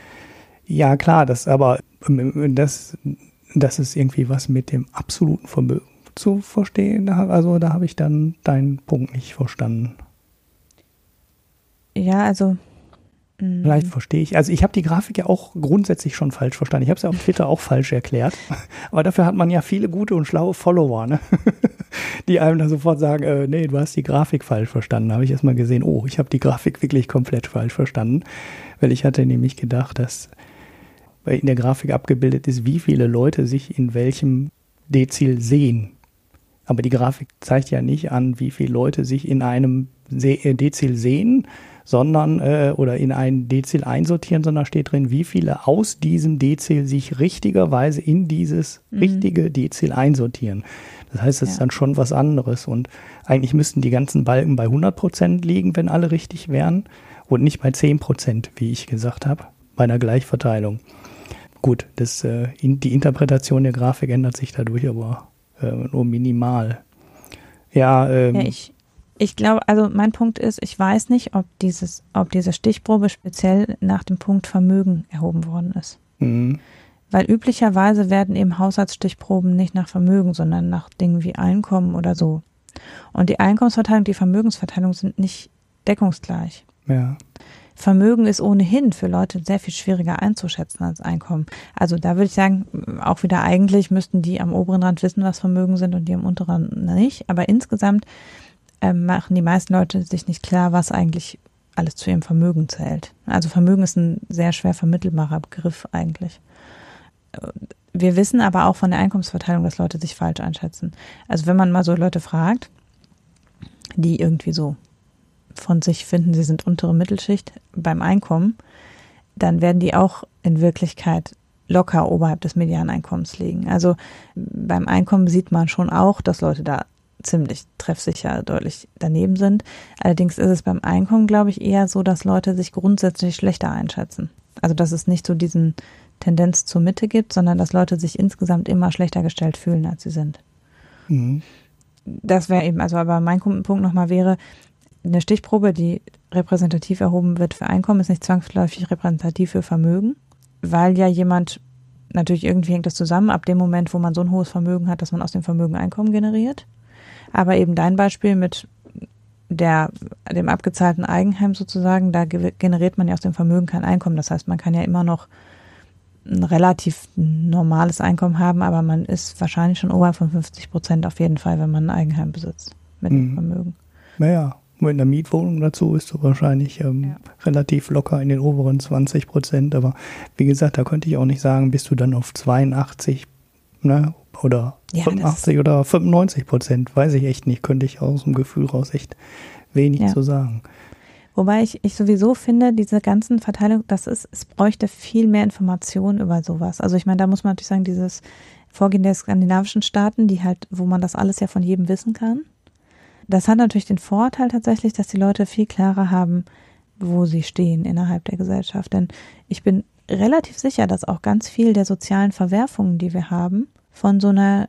ja klar, das aber ähm, das, das ist irgendwie was mit dem absoluten Vermögen zu verstehen. Also da habe ich dann deinen Punkt nicht verstanden. Ja, also Vielleicht verstehe ich. Also ich habe die Grafik ja auch grundsätzlich schon falsch verstanden. Ich habe es ja auf Twitter auch falsch erklärt. Aber dafür hat man ja viele gute und schlaue Follower, ne? Die einem dann sofort sagen, äh, nee, du hast die Grafik falsch verstanden. Da habe ich erst mal gesehen, oh, ich habe die Grafik wirklich komplett falsch verstanden. Weil ich hatte nämlich gedacht, dass in der Grafik abgebildet ist, wie viele Leute sich in welchem Dezil sehen. Aber die Grafik zeigt ja nicht an, wie viele Leute sich in einem Dezil sehen, sondern äh, oder in ein Dezil einsortieren, sondern steht drin, wie viele aus diesem Dezil sich richtigerweise in dieses mhm. richtige Dezil einsortieren. Das heißt, das ja. ist dann schon was anderes und eigentlich müssten die ganzen Balken bei hundert Prozent liegen, wenn alle richtig wären und nicht bei zehn Prozent, wie ich gesagt habe, bei einer Gleichverteilung. Gut, das, äh, in, die Interpretation der Grafik ändert sich dadurch aber äh, nur minimal. Ja, ähm, ja ich Ich glaube, also mein Punkt ist, ich weiß nicht, ob dieses, ob diese Stichprobe speziell nach dem Punkt Vermögen erhoben worden ist. Mhm. Weil üblicherweise werden eben Haushaltsstichproben nicht nach Vermögen, sondern nach Dingen wie Einkommen oder so. Und die Einkommensverteilung, die Vermögensverteilung sind nicht deckungsgleich. Ja. Vermögen ist ohnehin für Leute sehr viel schwieriger einzuschätzen als Einkommen. Also da würde ich sagen, auch wieder eigentlich müssten die am oberen Rand wissen, was Vermögen sind und die am unteren nicht. Aber insgesamt äh, machen die meisten Leute sich nicht klar, was eigentlich alles zu ihrem Vermögen zählt. Also Vermögen ist ein sehr schwer vermittelbarer Begriff eigentlich. Wir wissen aber auch von der Einkommensverteilung, dass Leute sich falsch einschätzen. Also wenn man mal so Leute fragt, die irgendwie so von sich finden, sie sind untere Mittelschicht beim Einkommen, dann werden die auch in Wirklichkeit locker oberhalb des Medianeinkommens liegen. Also beim Einkommen sieht man schon auch, dass Leute da ziemlich treffsicher deutlich daneben sind. Allerdings ist es beim Einkommen, glaube ich, eher so, dass Leute sich grundsätzlich schlechter einschätzen. Also dass es nicht so diesen Tendenz zur Mitte gibt, sondern dass Leute sich insgesamt immer schlechter gestellt fühlen, als sie sind. Mhm. Das wäre eben, also aber mein Punkt nochmal wäre, eine Stichprobe, die repräsentativ erhoben wird für Einkommen, ist nicht zwangsläufig repräsentativ für Vermögen, weil ja jemand, natürlich irgendwie hängt das zusammen, ab dem Moment, wo man so ein hohes Vermögen hat, dass man aus dem Vermögen Einkommen generiert. Aber eben dein Beispiel mit der, dem abgezahlten Eigenheim sozusagen, da generiert man ja aus dem Vermögen kein Einkommen. Das heißt, man kann ja immer noch ein relativ normales Einkommen haben, aber man ist wahrscheinlich schon oberhalb von fünfzig Prozent auf jeden Fall, wenn man ein Eigenheim besitzt mit dem mhm. Vermögen. Naja, mit einer Mietwohnung dazu ist du wahrscheinlich ähm, ja. relativ locker in den oberen zwanzig Prozent. Aber wie gesagt, da könnte ich auch nicht sagen, bist du dann auf zweiundachtzig, ne, oder ja, fünfundachtzig oder fünfundneunzig Prozent, weiß ich echt nicht, könnte ich aus dem Gefühl raus echt wenig ja. zu sagen. Wobei ich, ich sowieso finde, diese ganzen Verteilung, das ist, es bräuchte viel mehr Informationen über sowas. Also ich meine, da muss man natürlich sagen, dieses Vorgehen der skandinavischen Staaten, die halt, wo man das alles ja von jedem wissen kann. Das hat natürlich den Vorteil tatsächlich, dass die Leute viel klarer haben, wo sie stehen innerhalb der Gesellschaft. Denn ich bin relativ sicher, dass auch ganz viel der sozialen Verwerfungen, die wir haben, von so einer,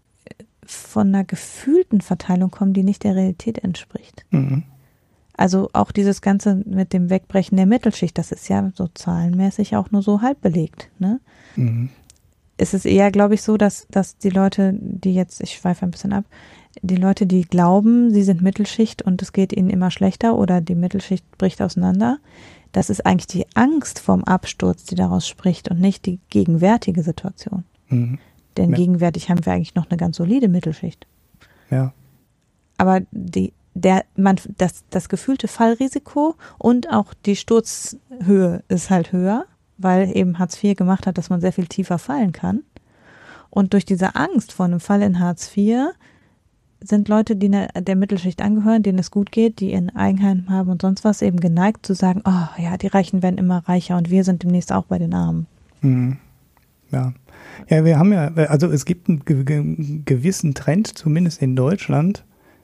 von einer gefühlten Verteilung kommen, die nicht der Realität entspricht. Mhm. Also auch dieses Ganze mit dem Wegbrechen der Mittelschicht, das ist ja so zahlenmäßig auch nur so halb belegt, ne? Mhm. Es ist eher, glaube ich, so, dass, dass die Leute, die jetzt, ich schweife ein bisschen ab, die Leute, die glauben, sie sind Mittelschicht und es geht ihnen immer schlechter oder die Mittelschicht bricht auseinander, das ist eigentlich die Angst vorm Absturz, die daraus spricht und nicht die gegenwärtige Situation. Mhm. Denn ja. gegenwärtig haben wir eigentlich noch eine ganz solide Mittelschicht. Ja. Aber die, der, man, das, das gefühlte Fallrisiko und auch die Sturzhöhe ist halt höher, weil eben Hartz vier gemacht hat, dass man sehr viel tiefer fallen kann. Und durch diese Angst vor einem Fall in Hartz vier sind Leute, die ne, der Mittelschicht angehören, denen es gut geht, die ein Eigenheim haben und sonst was, eben geneigt zu sagen, oh ja, die Reichen werden immer reicher und wir sind demnächst auch bei den Armen. Mhm. Ja. Ja, wir haben ja, also es gibt einen ge- ge- gewissen Trend, zumindest in Deutschland,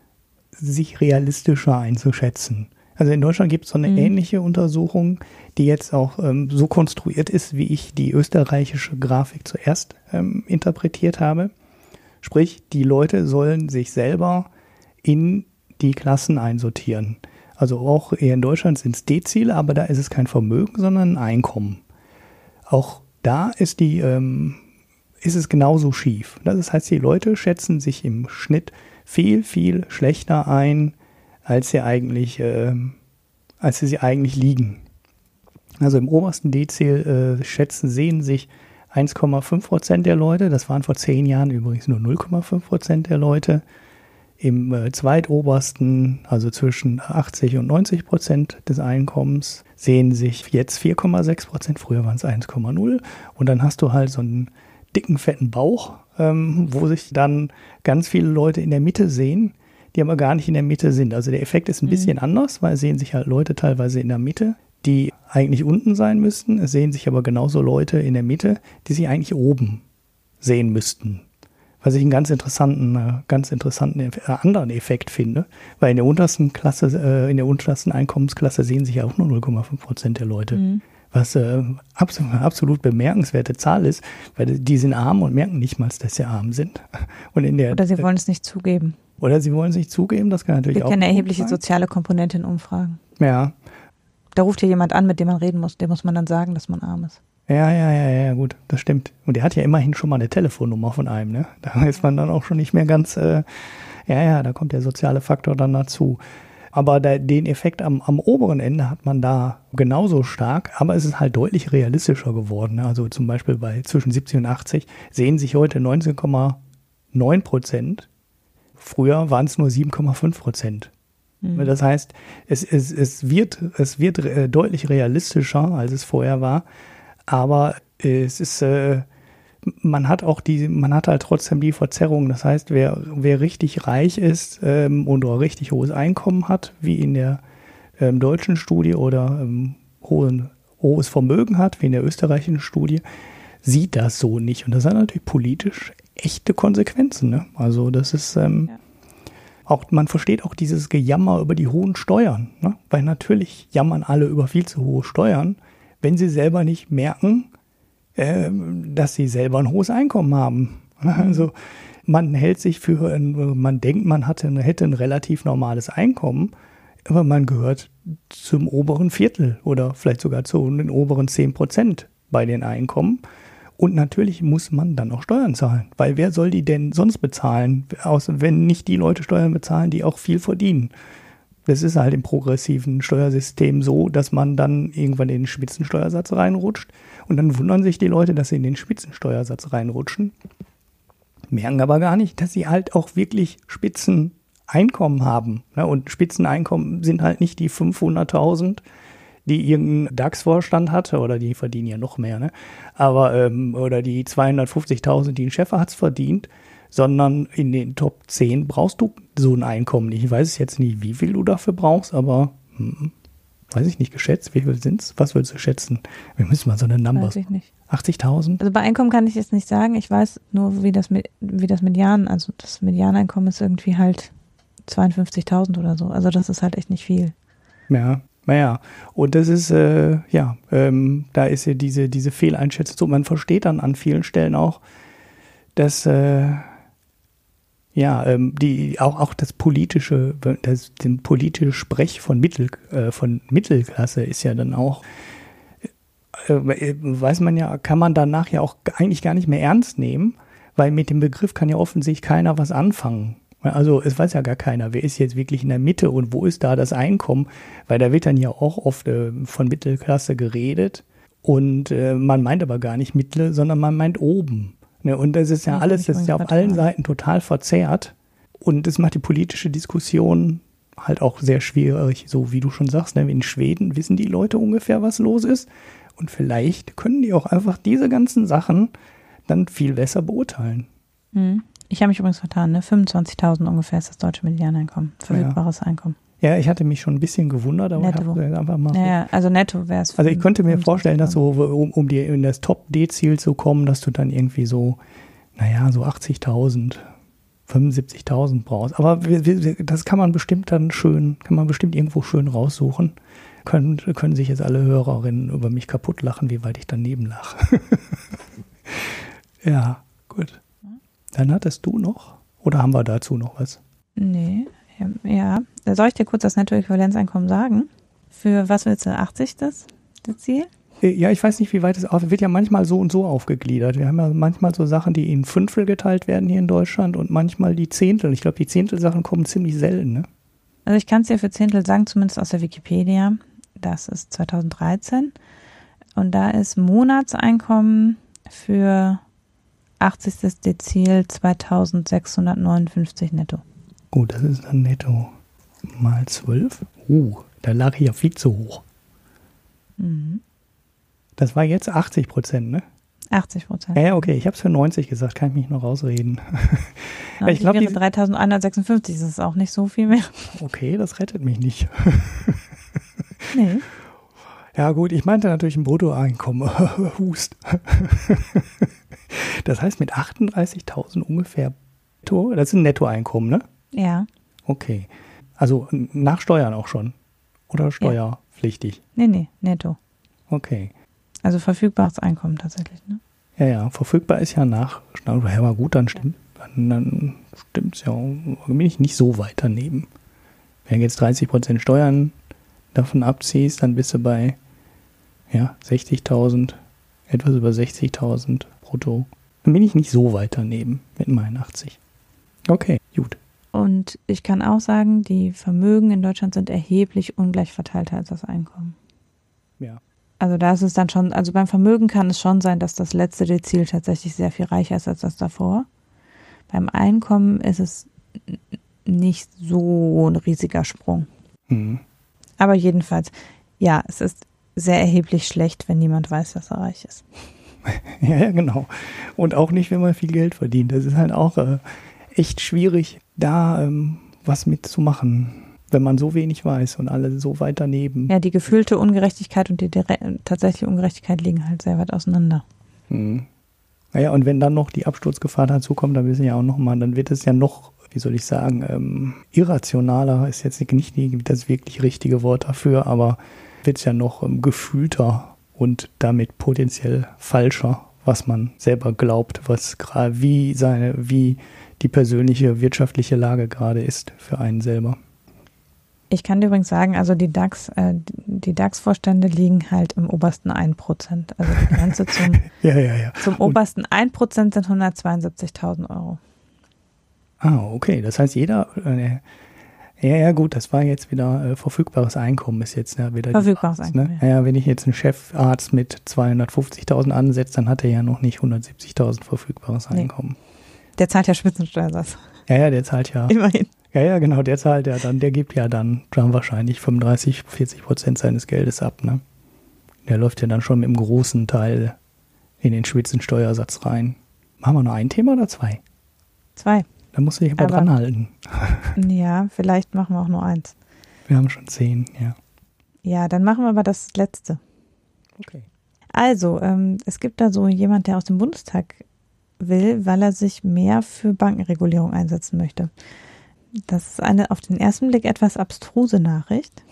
sich realistischer einzuschätzen. Also in Deutschland gibt es so eine mhm. ähnliche Untersuchung, die jetzt auch ähm, so konstruiert ist, wie ich die österreichische Grafik zuerst ähm, interpretiert habe. Sprich, die Leute sollen sich selber in die Klassen einsortieren. Also auch eher in Deutschland sind es Dezile, aber da ist es kein Vermögen, sondern ein Einkommen. Auch da ist die, ähm, ist es genauso schief. Das heißt, die Leute schätzen sich im Schnitt viel, viel schlechter ein, als sie eigentlich, äh, als sie, sie eigentlich liegen. Also im obersten Dezil äh, schätzen, sehen sich eins Komma fünf Prozent der Leute, das waren vor zehn Jahren übrigens nur null Komma fünf Prozent der Leute. Im äh, zweitobersten, also zwischen achtzig und neunzig Prozent des Einkommens, sehen sich jetzt vier Komma sechs Prozent, früher waren es eins Komma null. Und dann hast du halt so einen dicken, fetten Bauch, ähm, wo sich dann ganz viele Leute in der Mitte sehen, die aber gar nicht in der Mitte sind. Also der Effekt ist ein mhm. bisschen anders, weil es sehen sich halt Leute teilweise in der Mitte, die eigentlich unten sein müssten. Es sehen sich aber genauso Leute in der Mitte, die sich eigentlich oben sehen müssten. Was ich einen ganz interessanten, ganz interessanten äh, anderen Effekt finde, weil in der untersten Klasse, äh, in der untersten Einkommensklasse sehen sich ja auch nur null Komma fünf Prozent der Leute. Mhm. Was äh, absolut, absolut bemerkenswerte Zahl ist, weil die sind arm und merken nicht mal, dass sie arm sind. Und in der, oder sie wollen es nicht zugeben. Oder sie wollen es nicht zugeben, das kann natürlich auch. Es gibt eine erhebliche soziale Komponente in Umfragen. Ja. Da ruft hier jemand an, mit dem man reden muss, dem muss man dann sagen, dass man arm ist. Ja, ja, ja, ja, gut, das stimmt. Und er hat ja immerhin schon mal eine Telefonnummer von einem, ne? Da ist man dann auch schon nicht mehr ganz, äh, ja, ja, da kommt der soziale Faktor dann dazu. Aber da, den Effekt am, am oberen Ende hat man da genauso stark, aber es ist halt deutlich realistischer geworden. Ne? Also zum Beispiel bei zwischen siebzig und achtzig sehen sich heute neunzehn Komma neun Prozent. Früher waren es nur sieben Komma fünf Prozent. Mhm. Das heißt, es, es, es wird, es wird äh, deutlich realistischer, als es vorher war. Aber es ist, äh, man hat auch die, man hat halt trotzdem die Verzerrung. Das heißt, wer, wer richtig reich ist ähm, und ein richtig hohes Einkommen hat, wie in der ähm, deutschen Studie, oder ähm, hohen, hohes Vermögen hat, wie in der österreichischen Studie, sieht das so nicht. Und das hat natürlich politisch echte Konsequenzen. Ne? Also das ist, ähm, ja. Auch, man versteht auch dieses Gejammer über die hohen Steuern. Ne? Weil natürlich jammern alle über viel zu hohe Steuern, wenn sie selber nicht merken, äh, dass sie selber ein hohes Einkommen haben. Also man hält sich für, ein, man denkt, man hatte, hätte ein relativ normales Einkommen, aber man gehört zum oberen Viertel oder vielleicht sogar zu den oberen zehn Prozent bei den Einkommen. Und natürlich muss man dann auch Steuern zahlen, weil wer soll die denn sonst bezahlen, außer wenn nicht die Leute Steuern bezahlen, die auch viel verdienen. Das ist halt im progressiven Steuersystem so, dass man dann irgendwann in den Spitzensteuersatz reinrutscht und dann wundern sich die Leute, dass sie in den Spitzensteuersatz reinrutschen, merken aber gar nicht, dass sie halt auch wirklich Spitzeneinkommen haben. Und Spitzeneinkommen sind halt nicht die fünfhunderttausend, die irgendein DAX-Vorstand hatte, oder die verdienen ja noch mehr, ne? Aber, ähm, oder die zweihundertfünfzigtausend, die ein Chefarzt verdient, sondern in den Top zehn brauchst du so ein Einkommen nicht. Ich weiß jetzt nicht, wie viel du dafür brauchst, aber hm, weiß ich nicht, geschätzt, wie viel sind's? Was würdest du schätzen? Wir müssen mal so eine Number. Weiß ich nicht. achtzigtausend? Also bei Einkommen kann ich jetzt nicht sagen. Ich weiß nur, wie das mit, wie das Median, also das Medianeinkommen ist irgendwie halt zweiundfünfzigtausend oder so. Also das ist halt echt nicht viel. Ja. Naja, und das ist, äh, ja, ähm, da ist ja diese, diese Fehleinschätzung so. Man versteht dann an vielen Stellen auch, dass, äh, ja, ähm, die, auch, auch das politische, das, den politische Sprech von Mittel, äh, von Mittelklasse ist ja dann auch, äh, weiß man ja, kann man danach ja auch eigentlich gar nicht mehr ernst nehmen, weil mit dem Begriff kann ja offensichtlich keiner was anfangen. Also es weiß ja gar keiner, wer ist jetzt wirklich in der Mitte und wo ist da das Einkommen, weil da wird dann ja auch oft äh, von Mittelklasse geredet und äh, man meint aber gar nicht Mittel, sondern man meint oben. Ne? Und das ist ja, ja alles, das ist ja auf allen Seiten total verzerrt und das macht die politische Diskussion halt auch sehr schwierig, so wie du schon sagst, ne? In Schweden wissen die Leute ungefähr, was los ist und vielleicht können die auch einfach diese ganzen Sachen dann viel besser beurteilen. Mhm. Ich habe mich übrigens vertan, ne? fünfundzwanzigtausend ungefähr ist das deutsche Medianeinkommen, verfügbares ja. Einkommen. Ja, ich hatte mich schon ein bisschen gewundert, aber netto. ich habe einfach mal. Ja, also netto wäre es. Also ich könnte mir vorstellen, dass so, um, um dir in das Top-D-Ziel zu kommen, dass du dann irgendwie so, naja, so achtzigtausend, fünfundsiebzigtausend brauchst. Aber wir, wir, das kann man bestimmt dann schön, kann man bestimmt irgendwo schön raussuchen. Können, können sich jetzt alle Hörerinnen über mich kaputt lachen, wie weit ich daneben lache. Ja, gut. Dann hattest du noch? Oder haben wir dazu noch was? Nee, ja. Soll ich dir kurz das Nettoäquivalenzeinkommen sagen? Für was willst du? achtzig das, das Ziel? Ja, ich weiß nicht, wie weit es auf. Wird ja manchmal so und so aufgegliedert. Wir haben ja manchmal so Sachen, die in Fünftel geteilt werden hier in Deutschland und manchmal die Zehntel. Ich glaube, die Zehntelsachen kommen ziemlich selten, ne? Also ich kann es dir für Zehntel sagen, zumindest aus der Wikipedia. Das ist zweitausenddreizehn. Und da ist Monatseinkommen für achtzigstes Dezil zweitausendsechshundertneunundfünfzig netto. Gut, das ist dann netto mal zwölf. Uh, da lag ich ja viel zu hoch. Mhm. Das war jetzt achtzig Prozent, ne? achtzig Prozent. Ja, ja, okay, ich habe es für neunzig gesagt, kann ich mich noch rausreden. Ja, ich glaube, dreitausendeinhundertsechsundfünfzig, das ist auch nicht so viel mehr. Okay, das rettet mich nicht. Nee. Ja gut, ich meinte natürlich ein Bruttoeinkommen. Hust. Das heißt mit achtunddreißigtausend ungefähr netto, das ist ein Nettoeinkommen, ne? Ja. Okay. Also nach Steuern auch schon? Oder steuerpflichtig? Nee, nee, netto. Okay. Also verfügbares Einkommen tatsächlich, ne? Ja, ja, verfügbar ist ja nach, ja, aber gut, dann stimmt, dann, dann stimmt's ja, bin ich nicht so weit daneben. Wenn du jetzt dreißig Prozent Steuern davon abziehst, dann bist du bei, ja, sechzigtausend Etwas über sechzigtausend brutto. Dann bin ich nicht so weit daneben mit meinen achtzig. Okay, gut. Und ich kann auch sagen, die Vermögen in Deutschland sind erheblich ungleich verteilter als das Einkommen. Ja. Also da ist es dann schon, also beim Vermögen kann es schon sein, dass das letzte Dezil tatsächlich sehr viel reicher ist als das davor. Beim Einkommen ist es nicht so ein riesiger Sprung. Mhm. Aber jedenfalls, ja, es ist sehr erheblich schlecht, wenn niemand weiß, dass er reich ist. Ja, ja, genau. Und auch nicht, wenn man viel Geld verdient. Das ist halt auch äh, echt schwierig, da ähm, was mitzumachen, wenn man so wenig weiß und alle so weit daneben. Ja, die gefühlte Ungerechtigkeit und die dire- tatsächliche Ungerechtigkeit liegen halt sehr weit auseinander. Mhm. Naja, und wenn dann noch die Absturzgefahr dazukommt, dann wissen ja auch nochmal, dann wird es ja noch, wie soll ich sagen, ähm, irrationaler, ist jetzt nicht das wirklich richtige Wort dafür, aber wird es ja noch ähm, gefühlter und damit potenziell falscher, was man selber glaubt, was gerade wie seine, wie die persönliche wirtschaftliche Lage gerade ist für einen selber. Ich kann dir übrigens sagen, also die DAX, äh, die DAX-Vorstände liegen halt im obersten ein Prozent. Also die Grenze zum, ja, ja, ja. zum obersten ein Prozent sind hundertzweiundsiebzigtausend Euro. Ah, okay. Das heißt, jeder, äh, ja, ja, gut, das war jetzt wieder äh, verfügbares Einkommen ist jetzt ja, wieder. Verfügbares Frage, Einkommen, ne? Ja. ja, wenn ich jetzt einen Chefarzt mit zweihundertfünfzigtausend ansetze, dann hat er ja noch nicht hundertsiebzigtausend verfügbares Einkommen. Nee. Der zahlt ja Spitzensteuersatz. Ja, ja, der zahlt ja. Immerhin. Ja, ja, genau, der zahlt ja dann, der gibt ja dann, dann wahrscheinlich fünfunddreißig, vierzig Prozent seines Geldes ab, ne? Der läuft ja dann schon mit einem großen Teil in den Spitzensteuersatz rein. Machen wir noch ein Thema oder zwei? Zwei. Da musst du dich aber, aber dran halten. Ja, vielleicht machen wir auch nur eins. Wir haben schon zehn, ja. Ja, dann machen wir aber das letzte. Okay. Also, ähm, es gibt da so jemand, der aus dem Bundestag will, weil er sich mehr für Bankenregulierung einsetzen möchte. Das ist eine auf den ersten Blick etwas abstruse Nachricht.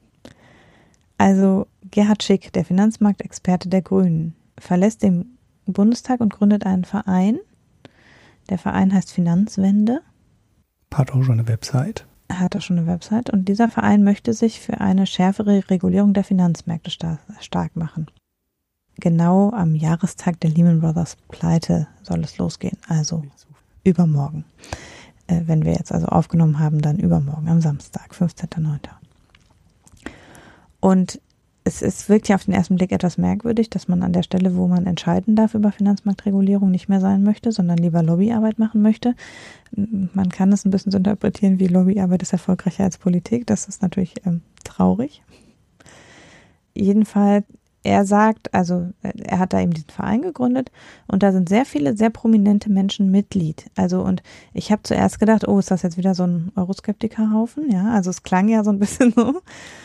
Also Gerhard Schick, der Finanzmarktexperte der Grünen, verlässt den Bundestag und gründet einen Verein. Der Verein heißt Finanzwende. Hat auch schon eine Website. Hat auch schon eine Website. Und dieser Verein möchte sich für eine schärfere Regulierung der Finanzmärkte star- stark machen. Genau am Jahrestag der Lehman Brothers Pleite soll es losgehen. Also übermorgen. Äh, wenn wir jetzt also aufgenommen haben, dann übermorgen am Samstag, fünfzehnten neunten Und es ist wirklich auf den ersten Blick etwas merkwürdig, dass man an der Stelle, wo man entscheiden darf über Finanzmarktregulierung, nicht mehr sein möchte, sondern lieber Lobbyarbeit machen möchte. Man kann es ein bisschen so interpretieren, wie Lobbyarbeit ist erfolgreicher als Politik. Das ist natürlich ähm, traurig. Jedenfalls, er sagt, also er hat da eben diesen Verein gegründet und da sind sehr viele sehr prominente Menschen Mitglied. Also und ich habe zuerst gedacht, oh, ist das jetzt wieder so ein Euroskeptikerhaufen? Ja, also es klang ja so ein bisschen so.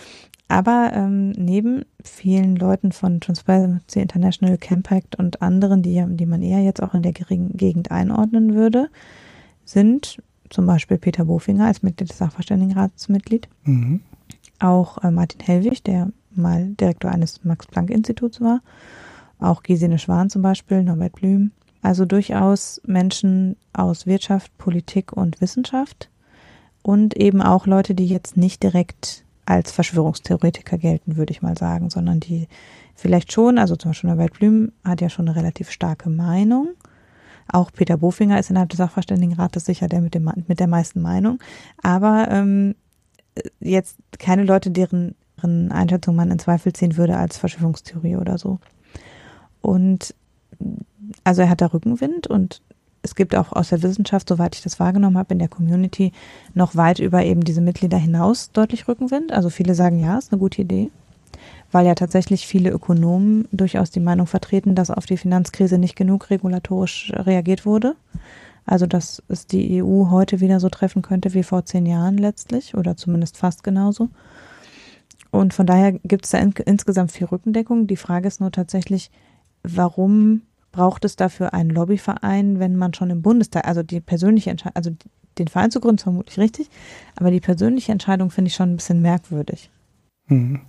Aber ähm, neben vielen Leuten von Transparency International, Campact und anderen, die, die man eher jetzt auch in der geringen Gegend einordnen würde, sind zum Beispiel Peter Bofinger als Mitglied des Sachverständigenratsmitglied, mhm. auch äh, Martin Hellwig, der mal Direktor eines Max-Planck-Instituts war, auch Gesine Schwan zum Beispiel, Norbert Blüm. Also durchaus Menschen aus Wirtschaft, Politik und Wissenschaft und eben auch Leute, die jetzt nicht direkt als Verschwörungstheoretiker gelten, würde ich mal sagen, sondern die vielleicht schon, also zum Beispiel Norbert Blüm hat ja schon eine relativ starke Meinung. Auch Peter Bofinger ist innerhalb des Sachverständigenrates sicher der mit, dem, mit der meisten Meinung. Aber ähm, jetzt keine Leute, deren, deren Einschätzung man in Zweifel ziehen würde als Verschwörungstheorie oder so. Und also er hat da Rückenwind und es gibt auch aus der Wissenschaft, soweit ich das wahrgenommen habe, in der Community noch weit über eben diese Mitglieder hinaus deutlich Rückenwind. Also viele sagen, ja, ist eine gute Idee, weil ja tatsächlich viele Ökonomen durchaus die Meinung vertreten, dass auf die Finanzkrise nicht genug regulatorisch reagiert wurde. Also dass es die E U heute wieder so treffen könnte wie vor zehn Jahren letztlich oder zumindest fast genauso. Und von daher gibt es da in, insgesamt viel Rückendeckung. Die Frage ist nur tatsächlich, warum braucht es dafür einen Lobbyverein, wenn man schon im Bundestag, also die persönliche Entscheidung, also den Verein zu gründen ist vermutlich richtig, aber die persönliche Entscheidung finde ich schon ein bisschen merkwürdig. Mhm.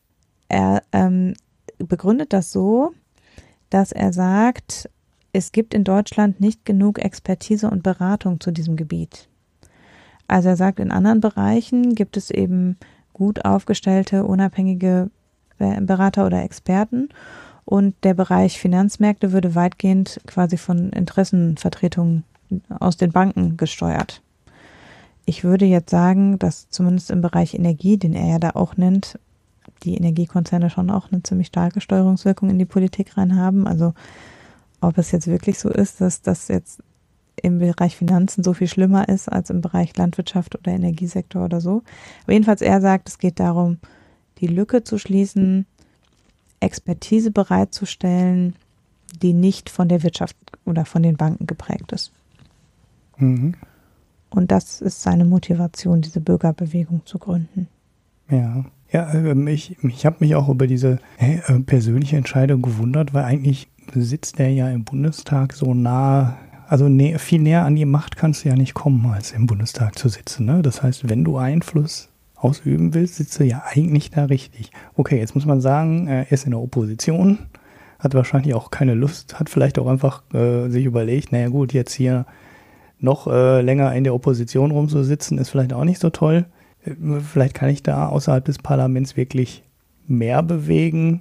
Er ähm, begründet das so, dass er sagt, es gibt in Deutschland nicht genug Expertise und Beratung zu diesem Gebiet. Also er sagt, in anderen Bereichen gibt es eben gut aufgestellte, unabhängige Berater oder Experten. und der Bereich Finanzmärkte würde weitgehend quasi von Interessenvertretungen aus den Banken gesteuert. Ich würde jetzt sagen, dass zumindest im Bereich Energie, den er ja da auch nennt, die Energiekonzerne schon auch eine ziemlich starke Steuerungswirkung in die Politik rein haben. Also ob es jetzt wirklich so ist, dass das jetzt im Bereich Finanzen so viel schlimmer ist als im Bereich Landwirtschaft oder Energiesektor oder so. Aber jedenfalls er sagt, es geht darum, die Lücke zu schließen, Expertise bereitzustellen, die nicht von der Wirtschaft oder von den Banken geprägt ist. Mhm. Und das ist seine Motivation, diese Bürgerbewegung zu gründen. Ja, ja, ähm, ich, ich habe mich auch über diese äh, persönliche Entscheidung gewundert, weil eigentlich sitzt er ja im Bundestag so nah, also nä- viel näher an die Macht kannst du ja nicht kommen, als im Bundestag zu sitzen. Ne? Das heißt, wenn du Einfluss ausüben willst, sitzt du ja eigentlich da richtig. Okay, jetzt muss man sagen, er ist in der Opposition, hat wahrscheinlich auch keine Lust, hat vielleicht auch einfach äh, sich überlegt, naja gut, jetzt hier noch äh, länger in der Opposition rumzusitzen, ist vielleicht auch nicht so toll. Vielleicht kann ich da außerhalb des Parlaments wirklich mehr bewegen.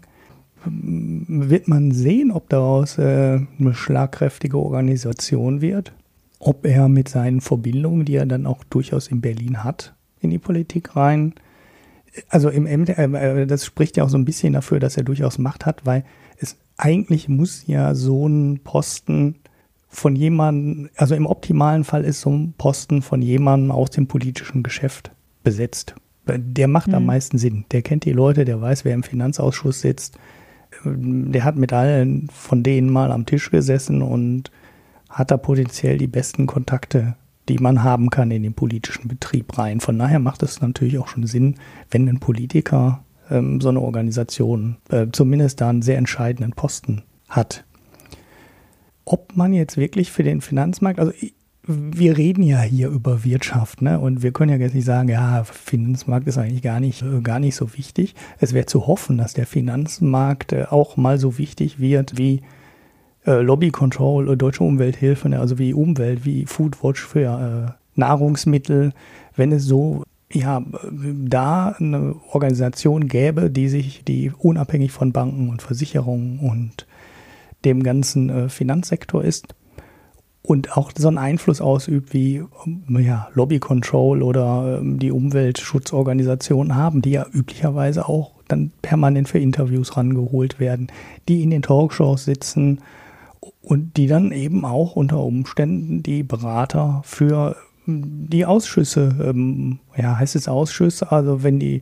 Wird man sehen, ob daraus äh, eine schlagkräftige Organisation wird, ob er mit seinen Verbindungen, die er dann auch durchaus in Berlin hat, in die Politik rein. Also im M D R, äh, das spricht ja auch so ein bisschen dafür, dass er durchaus Macht hat, weil es eigentlich muss ja so ein Posten von jemandem, also im optimalen Fall ist so ein Posten von jemandem aus dem politischen Geschäft besetzt. Der macht mhm. am meisten Sinn. Der kennt die Leute, der weiß, wer im Finanzausschuss sitzt. Der hat mit allen von denen mal am Tisch gesessen und hat da potenziell die besten Kontakte, die man haben kann in den politischen Betrieb rein. Von daher macht es natürlich auch schon Sinn, wenn ein Politiker ähm, so eine Organisation äh, zumindest da einen sehr entscheidenden Posten hat. Ob man jetzt wirklich für den Finanzmarkt, also ich, wir reden ja hier über Wirtschaft, ne? Und wir können ja jetzt nicht sagen, ja, Finanzmarkt ist eigentlich gar nicht, gar nicht so wichtig. Es wäre zu hoffen, dass der Finanzmarkt äh, auch mal so wichtig wird wie äh, Lobby Control oder Deutsche Umwelthilfe, ne? Also wie Umwelt, wie Foodwatch für äh, Nahrungsmittel. Wenn es so, ja, da eine Organisation gäbe, die sich, die unabhängig von Banken und Versicherungen und dem ganzen äh, Finanzsektor ist und auch so einen Einfluss ausübt wie ja, Lobby Control oder ähm, die Umweltschutzorganisationen haben, die ja üblicherweise auch dann permanent für Interviews rangeholt werden, die in den Talkshows sitzen und die dann eben auch unter Umständen die Berater für die Ausschüsse, ähm, ja, heißt es Ausschüsse, also wenn die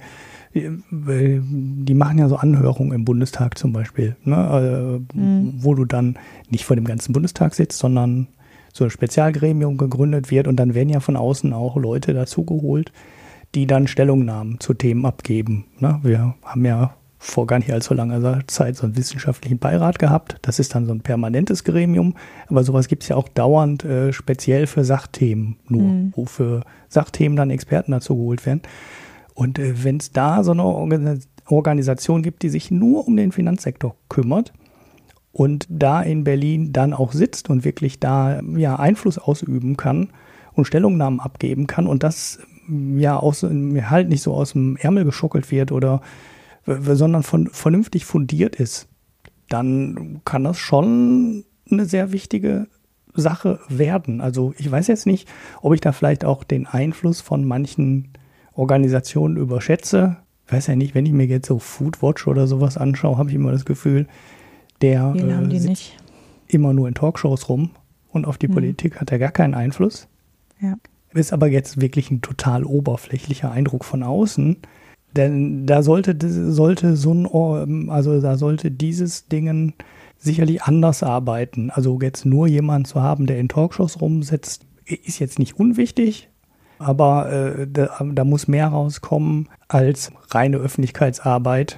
die machen ja so Anhörungen im Bundestag zum Beispiel, ne, äh, mhm. wo du dann nicht vor dem ganzen Bundestag sitzt, sondern so ein Spezialgremium gegründet wird und dann werden ja von außen auch Leute dazugeholt, die dann Stellungnahmen zu Themen abgeben. Ne? Wir haben ja vor gar nicht allzu langer Zeit so einen wissenschaftlichen Beirat gehabt. Das ist dann so ein permanentes Gremium, aber sowas gibt es ja auch dauernd äh, speziell für Sachthemen nur, mhm. wo für Sachthemen dann Experten dazugeholt werden. Und äh, wenn es da so eine Organ- Organisation gibt, die sich nur um den Finanzsektor kümmert und da in Berlin dann auch sitzt und wirklich da ja Einfluss ausüben kann und Stellungnahmen abgeben kann und das ja aus, halt nicht so aus dem Ärmel geschockelt wird oder sondern von, vernünftig fundiert ist, dann kann das schon eine sehr wichtige Sache werden. Also ich weiß jetzt nicht, ob ich da vielleicht auch den Einfluss von manchen Organisationen überschätze. Ich weiß ja nicht, wenn ich mir jetzt so Foodwatch oder sowas anschaue, habe ich immer das Gefühl, der äh, haben die sitzt nicht. immer nur in Talkshows rum und auf die hm. Politik hat er gar keinen Einfluss. Ja. Ist aber jetzt wirklich ein total oberflächlicher Eindruck von außen, denn da sollte, sollte so ein, also da sollte dieses Ding sicherlich anders arbeiten. Also jetzt nur jemanden zu haben, der in Talkshows rumsitzt, ist jetzt nicht unwichtig. Aber äh, da, da muss mehr rauskommen als reine Öffentlichkeitsarbeit,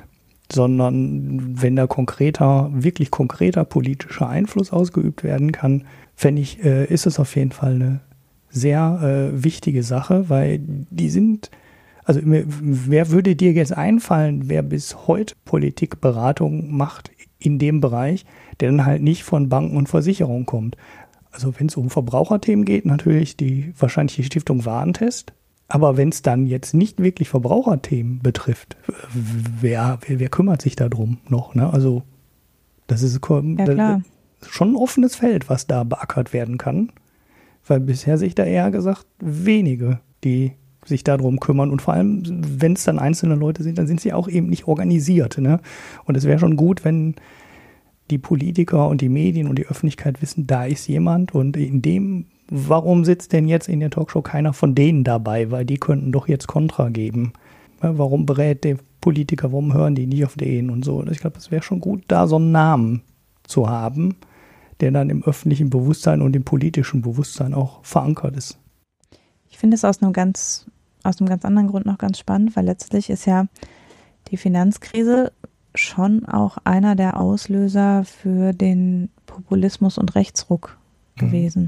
sondern wenn da konkreter, wirklich konkreter politischer Einfluss ausgeübt werden kann, fände ich, äh, ist es auf jeden Fall eine sehr äh, wichtige Sache, weil die sind, also wer würde dir jetzt einfallen, wer bis heute Politikberatung macht in dem Bereich, der dann halt nicht von Banken und Versicherungen kommt? Also wenn es um Verbraucherthemen geht, natürlich die wahrscheinlich die Stiftung Warentest. Aber wenn es dann jetzt nicht wirklich Verbraucherthemen betrifft, wer, wer, wer kümmert sich darum noch? Ne? Also Das ist ja, klar. schon ein offenes Feld, was da beackert werden kann. Weil bisher sich da eher gesagt wenige, die sich darum kümmern. Und vor allem, wenn es dann einzelne Leute sind, dann sind sie auch eben nicht organisiert. Ne? Und es wäre schon gut, wenn die Politiker und die Medien und die Öffentlichkeit wissen, da ist jemand. Und in dem, warum sitzt denn jetzt in der Talkshow keiner von denen dabei? Weil die könnten doch jetzt Kontra geben. Warum berät der Politiker, warum hören die nicht auf den und so? Ich glaube, es wäre schon gut, da so einen Namen zu haben, der dann im öffentlichen Bewusstsein und im politischen Bewusstsein auch verankert ist. Ich finde es aus einem ganz, aus einem ganz anderen Grund noch ganz spannend, weil letztlich ist ja die Finanzkrise schon auch einer der Auslöser für den Populismus und Rechtsruck mhm. gewesen.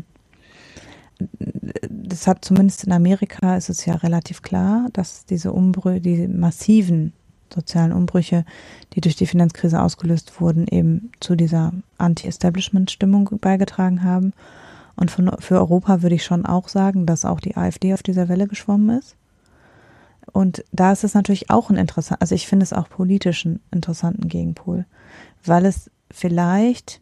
Das hat zumindest in Amerika ist es ja relativ klar, dass diese Umbrüche, die massiven sozialen Umbrüche, die durch die Finanzkrise ausgelöst wurden, eben zu dieser Anti-Establishment-Stimmung beigetragen haben. Und von, für Europa würde ich schon auch sagen, dass auch die AfD auf dieser Welle geschwommen ist. Und da ist es natürlich auch ein interessant, also ich finde es auch politisch einen interessanten Gegenpol, weil es vielleicht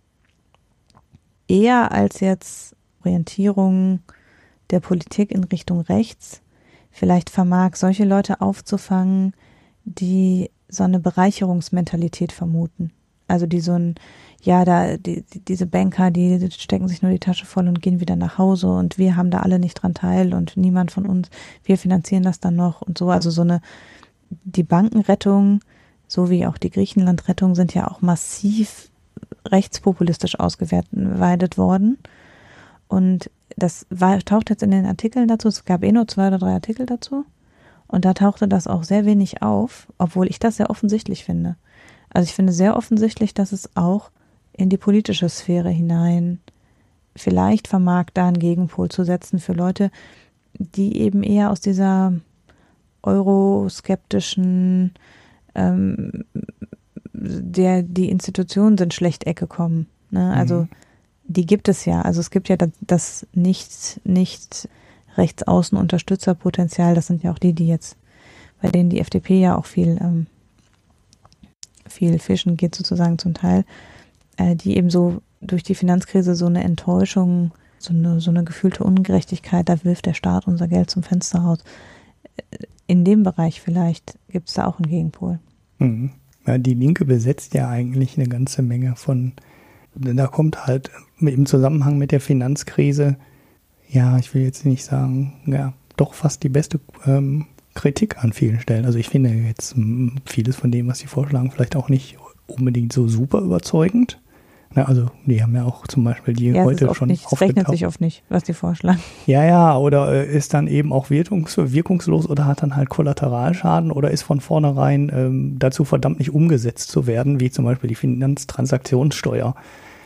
eher als jetzt Orientierung der Politik in Richtung rechts vielleicht vermag, solche Leute aufzufangen, die so eine Bereicherungsmentalität vermuten. Also die so ein, ja, da die, die, diese Banker, die stecken sich nur die Tasche voll und gehen wieder nach Hause und wir haben da alle nicht dran teil und niemand von uns, wir finanzieren das dann noch und so. Also so eine, die Bankenrettung, so wie auch die Griechenlandrettung, sind ja auch massiv rechtspopulistisch ausgeweitet worden. Und das war, taucht jetzt in den Artikeln dazu, es gab eh nur zwei oder drei Artikel dazu. Und da tauchte das auch sehr wenig auf, obwohl ich das sehr offensichtlich finde. Also ich finde sehr offensichtlich, dass es auch in die politische Sphäre hinein vielleicht vermag, da einen Gegenpol zu setzen für Leute, die eben eher aus dieser euroskeptischen, ähm, der die Institutionen sind schlecht Ecke kommen. Ne? Also mhm. die gibt es ja. Also es gibt ja das, das nicht, nicht Rechtsaußen-Unterstützerpotenzial. Das sind ja auch die, die jetzt, bei denen die F D P ja auch viel, ähm, viel fischen geht sozusagen zum Teil, äh, die eben so durch die Finanzkrise so eine Enttäuschung, so eine, so eine gefühlte Ungerechtigkeit, da wirft der Staat unser Geld zum Fenster raus. In dem Bereich vielleicht gibt es da auch einen Gegenpol. Mhm. Ja, die Linke besetzt ja eigentlich eine ganze Menge von, da kommt halt im Zusammenhang mit der Finanzkrise, ja, ich will jetzt nicht sagen, ja, doch fast die beste ähm, Kritik an vielen Stellen. Also ich finde jetzt m, vieles von dem, was sie vorschlagen, vielleicht auch nicht unbedingt so super überzeugend. Na, also die haben ja auch zum Beispiel die ja, heute schon nicht, es rechnet sich oft nicht, was die vorschlagen. Ja, ja, oder äh, ist dann eben auch wirkungs- wirkungslos oder hat dann halt Kollateralschaden oder ist von vornherein ähm, dazu verdammt nicht umgesetzt zu werden, wie zum Beispiel die Finanztransaktionssteuer.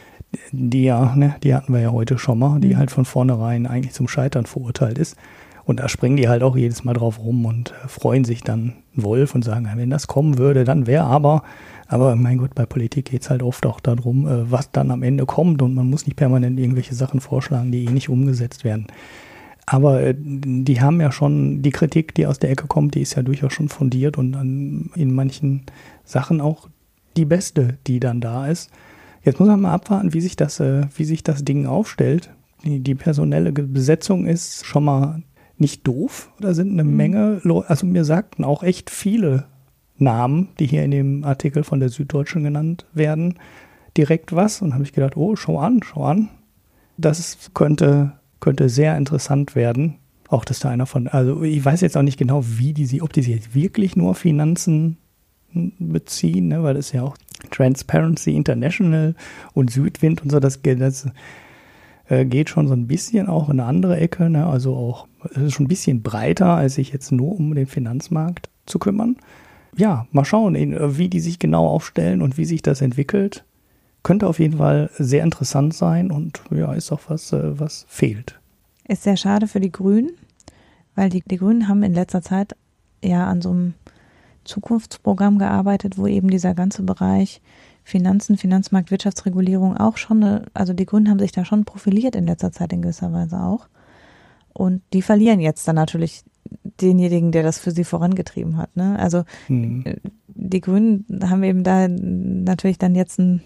Die ja, ne, die hatten wir ja heute schon mal, die mhm. halt von vornherein eigentlich zum Scheitern verurteilt ist. Und da springen die halt auch jedes Mal drauf rum und äh, freuen sich dann Wolf und sagen, wenn das kommen würde, dann wäre aber, aber mein Gott, bei Politik geht es halt oft auch darum, äh, was dann am Ende kommt und man muss nicht permanent irgendwelche Sachen vorschlagen, die eh nicht umgesetzt werden. Aber äh, die haben ja schon, die Kritik, die aus der Ecke kommt, die ist ja durchaus schon fundiert und an, in manchen Sachen auch die beste, die dann da ist. Jetzt muss man mal abwarten, wie sich das, äh, wie sich das Ding aufstellt. Die, die personelle Besetzung ist schon mal nicht doof. Da sind eine mhm. Menge Leute, also mir sagten auch echt viele Namen, die hier in dem Artikel von der Süddeutschen genannt werden, direkt was. Und habe ich gedacht, oh, schau an, schau an. Das könnte, könnte sehr interessant werden. Auch, dass da einer von, also ich weiß jetzt auch nicht genau, wie die sie, ob die sich jetzt wirklich nur Finanzen beziehen, ne, weil das ja auch Transparency International und Südwind und so, das, das äh, geht schon so ein bisschen auch in eine andere Ecke, ne, also auch, es ist schon ein bisschen breiter, als sich jetzt nur um den Finanzmarkt zu kümmern. Ja, mal schauen, wie die sich genau aufstellen und wie sich das entwickelt. Könnte auf jeden Fall sehr interessant sein und ja, ist auch was, äh, was fehlt. Ist sehr schade für die Grünen, weil die, die Grünen haben in letzter Zeit ja an so einem Zukunftsprogramm gearbeitet, wo eben dieser ganze Bereich Finanzen, Finanzmarkt, Wirtschaftsregulierung auch schon, eine, also die Grünen haben sich da schon profiliert in letzter Zeit in gewisser Weise auch. Und die verlieren jetzt dann natürlich denjenigen, der das für sie vorangetrieben hat. Ne? Also hm. die Grünen haben eben da natürlich dann jetzt ein,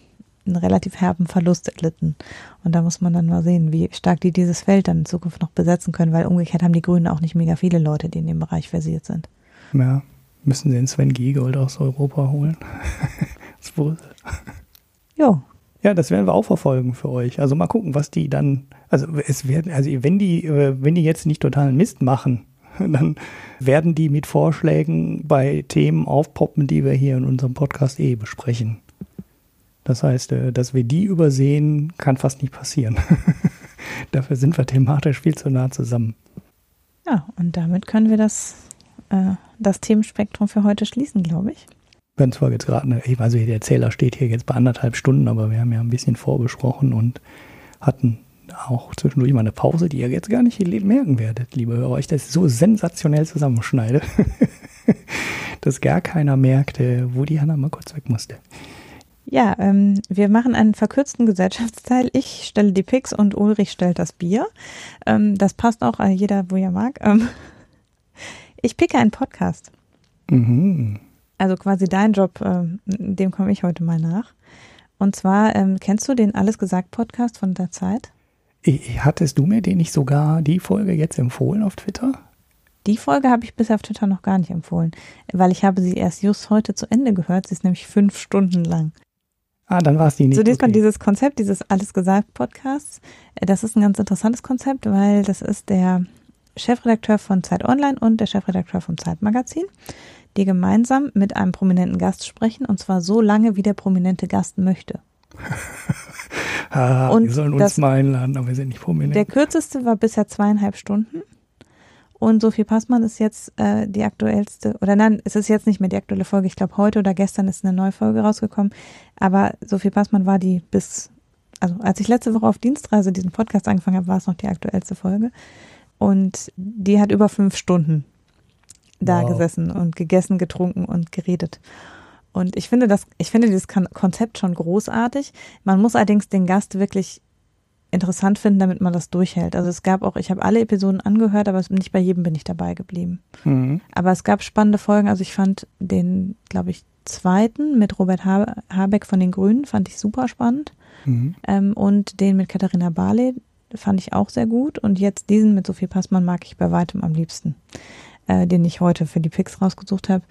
einen relativ herben Verlust erlitten. Und da muss man dann mal sehen, wie stark die dieses Feld dann in Zukunft noch besetzen können, weil umgekehrt haben die Grünen auch nicht mega viele Leute, die in dem Bereich versiert sind. Ja, müssen sie den Sven Giegold aus Europa holen. Das wohl. Jo. Ja, das werden wir auch verfolgen für euch. Also mal gucken, was die dann, also es werden, also wenn die, wenn die jetzt nicht totalen Mist machen, dann werden die mit Vorschlägen bei Themen aufpoppen, die wir hier in unserem Podcast eh besprechen. Das heißt, dass wir die übersehen, kann fast nicht passieren. Dafür sind wir thematisch viel zu nah zusammen. Ja, und damit können wir das, äh, das Themenspektrum für heute schließen, glaube ich. Wir haben zwar jetzt gerade, also der Zähler steht hier jetzt bei anderthalb Stunden, aber wir haben ja ein bisschen vorbesprochen und hatten auch zwischendurch mal eine Pause, die ihr jetzt gar nicht merken werdet, liebe Hörer, euch das so sensationell zusammenschneide, dass gar keiner merkte, wo die Hanna mal kurz weg musste. Ja, ähm, wir machen einen verkürzten Gesellschaftsteil. Ich stelle die Picks und Ulrich stellt das Bier. Ähm, das passt auch, äh, jeder, wo er mag. Ähm, ich picke einen Podcast. Mhm. Also quasi dein Job, ähm, dem komme ich heute mal nach. Und zwar, ähm, kennst du den Alles gesagt Podcast von der Zeit? Hattest du mir den nicht sogar die Folge jetzt empfohlen auf Twitter? Die Folge habe ich bisher auf Twitter noch gar nicht empfohlen, weil ich habe sie erst just heute zu Ende gehört. Sie ist nämlich fünf Stunden lang. Ah, dann war es die nicht. So, diesmal okay. Dieses Konzept, dieses Alles gesagt Podcasts, das ist ein ganz interessantes Konzept, weil das ist der Chefredakteur von Zeit Online und der Chefredakteur vom Zeitmagazin, die gemeinsam mit einem prominenten Gast sprechen, und zwar so lange, wie der prominente Gast möchte. ah, und wir sollen uns das, mal einladen, aber wir sind nicht prominent. Der kürzeste war bisher zweieinhalb Stunden. Und Sophie Passmann ist jetzt äh, die aktuellste, oder nein, es ist jetzt nicht mehr die aktuelle Folge. Ich glaube, heute oder gestern ist eine neue Folge rausgekommen. Aber Sophie Passmann war die bis, also als ich letzte Woche auf Dienstreise diesen Podcast angefangen habe, war es noch die aktuellste Folge. Und die hat über fünf Stunden da wow. gesessen und gegessen, getrunken und geredet. Und ich finde das, ich finde dieses Konzept schon großartig. Man muss allerdings den Gast wirklich interessant finden, damit man das durchhält. Also es gab auch, ich habe alle Episoden angehört, aber nicht bei jedem bin ich dabei geblieben. Mhm. Aber es gab spannende Folgen. Also ich fand den, glaube ich, zweiten mit Robert Habeck von den Grünen, fand ich super spannend. Mhm. Ähm, und den mit Katharina Barley fand ich auch sehr gut. Und jetzt diesen mit Sophie Passmann mag ich bei weitem am liebsten, äh, den ich heute für die Picks rausgesucht habe,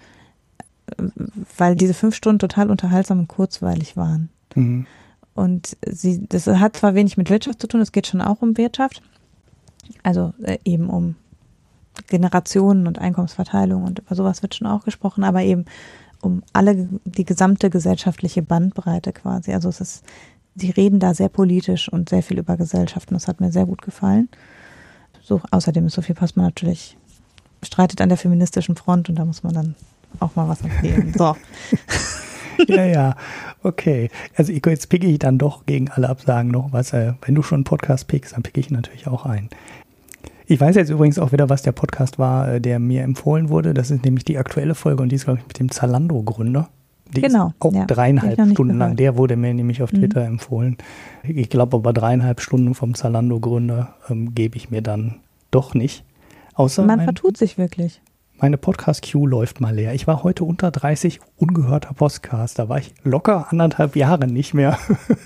weil diese fünf Stunden total unterhaltsam und kurzweilig waren. Mhm. Und sie, das hat zwar wenig mit Wirtschaft zu tun, es geht schon auch um Wirtschaft, also äh, eben um Generationen und Einkommensverteilung und über sowas wird schon auch gesprochen, aber eben um alle, die gesamte gesellschaftliche Bandbreite quasi. Also es ist, sie reden da sehr politisch und sehr viel über Gesellschaft und das hat mir sehr gut gefallen. So, außerdem ist Sophie Passmann natürlich, streitet an der feministischen Front und da muss man dann auch mal was empfehlen. So. Ja, ja, okay. Also ich, jetzt picke ich dann doch gegen alle Absagen noch was. Äh, wenn du schon einen Podcast pickst, dann picke ich natürlich auch ein. Ich weiß jetzt übrigens auch wieder, was der Podcast war, der mir empfohlen wurde. Das ist nämlich die aktuelle Folge und die ist, glaube ich, mit dem Zalando-Gründer. Die genau, ist auch ja, dreieinhalb Stunden lang. Der wurde mir nämlich auf Twitter mhm. empfohlen. Ich glaube aber dreieinhalb Stunden vom Zalando-Gründer ähm, gebe ich mir dann doch nicht. Außer Man mein, vertut sich wirklich. Meine Podcast-Queue läuft mal leer. Ich war heute unter dreißig ungehörter Podcast. Da war ich locker anderthalb Jahre nicht mehr.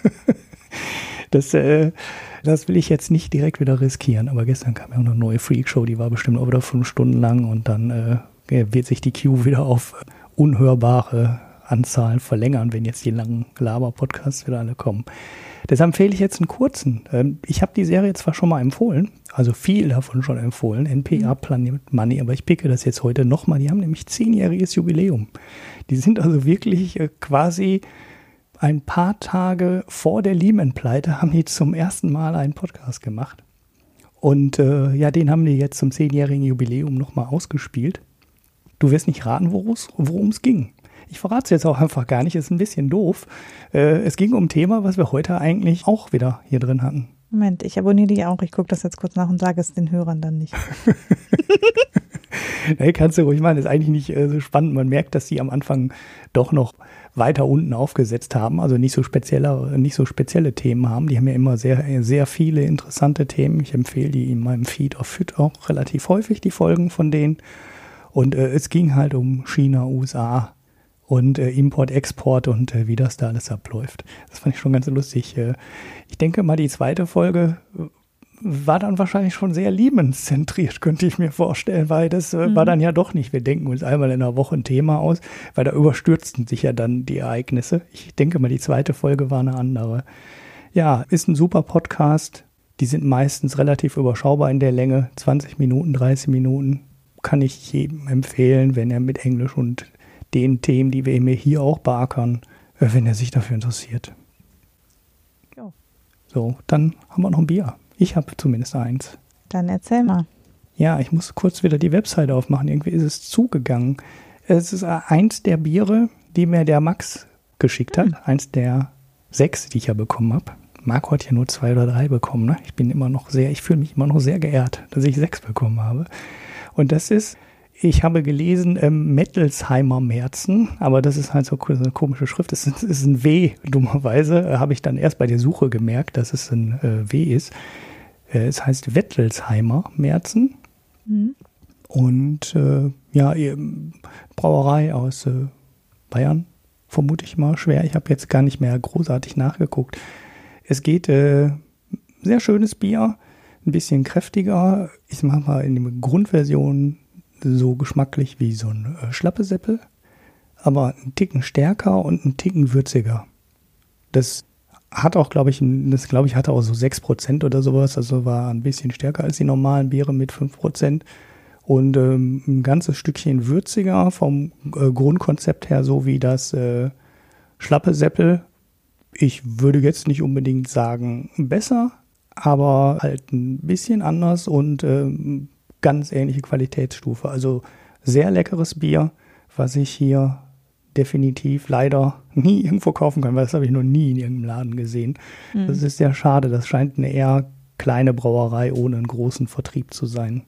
das, äh, das will ich jetzt nicht direkt wieder riskieren. Aber gestern kam ja auch noch eine neue Freakshow. Die war bestimmt auch wieder fünf Stunden lang. Und dann äh, wird sich die Queue wieder auf unhörbare Anzahlen verlängern, wenn jetzt die langen Laber-Podcasts wieder alle kommen. Deshalb empfehle ich jetzt einen kurzen. Ich habe die Serie zwar schon mal empfohlen, also viel davon schon empfohlen, N P R Planet Money, aber ich picke das jetzt heute nochmal. Die haben nämlich zehnjähriges Jubiläum. Die sind also wirklich quasi ein paar Tage vor der Lehman-Pleite haben die zum ersten Mal einen Podcast gemacht. Und äh, ja, den haben die jetzt zum zehnjährigen Jubiläum nochmal ausgespielt. Du wirst nicht raten, worum es ging. Ich verrate es jetzt auch einfach gar nicht, ist ein bisschen doof. Äh, es ging um ein Thema, was wir heute eigentlich auch wieder hier drin hatten. Moment, ich abonniere die auch. Ich gucke das jetzt kurz nach und sage es den Hörern dann nicht. Nee, kannst du ruhig machen, ist eigentlich nicht äh, so spannend. Man merkt, dass die am Anfang doch noch weiter unten aufgesetzt haben, also nicht so spezielle, nicht so spezielle Themen haben. Die haben ja immer sehr, sehr viele interessante Themen. Ich empfehle die in meinem Feed auf Fit auch relativ häufig, die Folgen von denen. Und äh, es ging halt um China, U S A und äh, Import, Export und äh, wie das da alles abläuft. Das fand ich schon ganz lustig. Äh, ich denke mal, die zweite Folge war dann wahrscheinlich schon sehr liebenszentriert, könnte ich mir vorstellen, weil das äh, mhm. war dann ja doch nicht, wir denken uns einmal in der Woche ein Thema aus, weil da überstürzten sich ja dann die Ereignisse. Ich denke mal, die zweite Folge war eine andere. Ja, ist ein super Podcast. Die sind meistens relativ überschaubar in der Länge, zwanzig Minuten, dreißig Minuten. Kann ich jedem empfehlen, wenn er mit Englisch und den Themen, die wir hier auch beackern, äh, wenn er sich dafür interessiert. Jo. So, dann haben wir noch ein Bier. Ich habe zumindest eins. Dann erzähl mal. Ja, ich muss kurz wieder die Webseite aufmachen. Irgendwie ist es zugegangen. Es ist eins der Biere, die mir der Max geschickt hat. Hm. Eins der sechs, die ich ja bekommen habe. Marco hat ja nur zwei oder drei bekommen. Ne? Ich bin immer noch sehr, ich fühle mich immer noch sehr geehrt, dass ich sechs bekommen habe. Und das ist, ich habe gelesen, ähm, Mettelsheimer Märzen, aber das ist halt so eine komische Schrift. Das ist, ist ein W, dummerweise. Äh, habe ich dann erst bei der Suche gemerkt, dass es ein äh, W ist. Äh, es heißt Wettelsheimer Märzen. Mhm. Und äh, ja, Brauerei aus äh, Bayern, vermute ich mal, schwer. Ich habe jetzt gar nicht mehr großartig nachgeguckt. Es geht, äh, sehr schönes Bier, ein bisschen kräftiger. Ich mache mal in der Grundversion so geschmacklich wie so ein äh, Schlappeseppel, aber einen Ticken stärker und einen Ticken würziger. Das hat auch, glaube ich, ein, das glaube ich hatte auch so sechs Prozent oder sowas, also war ein bisschen stärker als die normalen Biere mit fünf Prozent und ähm, ein ganzes Stückchen würziger vom äh, Grundkonzept her, so wie das äh, Schlappeseppel. Ich würde jetzt nicht unbedingt sagen besser, aber halt ein bisschen anders und ähm, ganz ähnliche Qualitätsstufe. Also sehr leckeres Bier, was ich hier definitiv leider nie irgendwo kaufen kann, weil das habe ich noch nie in irgendeinem Laden gesehen. Mhm. Das ist sehr schade. Das scheint eine eher kleine Brauerei ohne einen großen Vertrieb zu sein.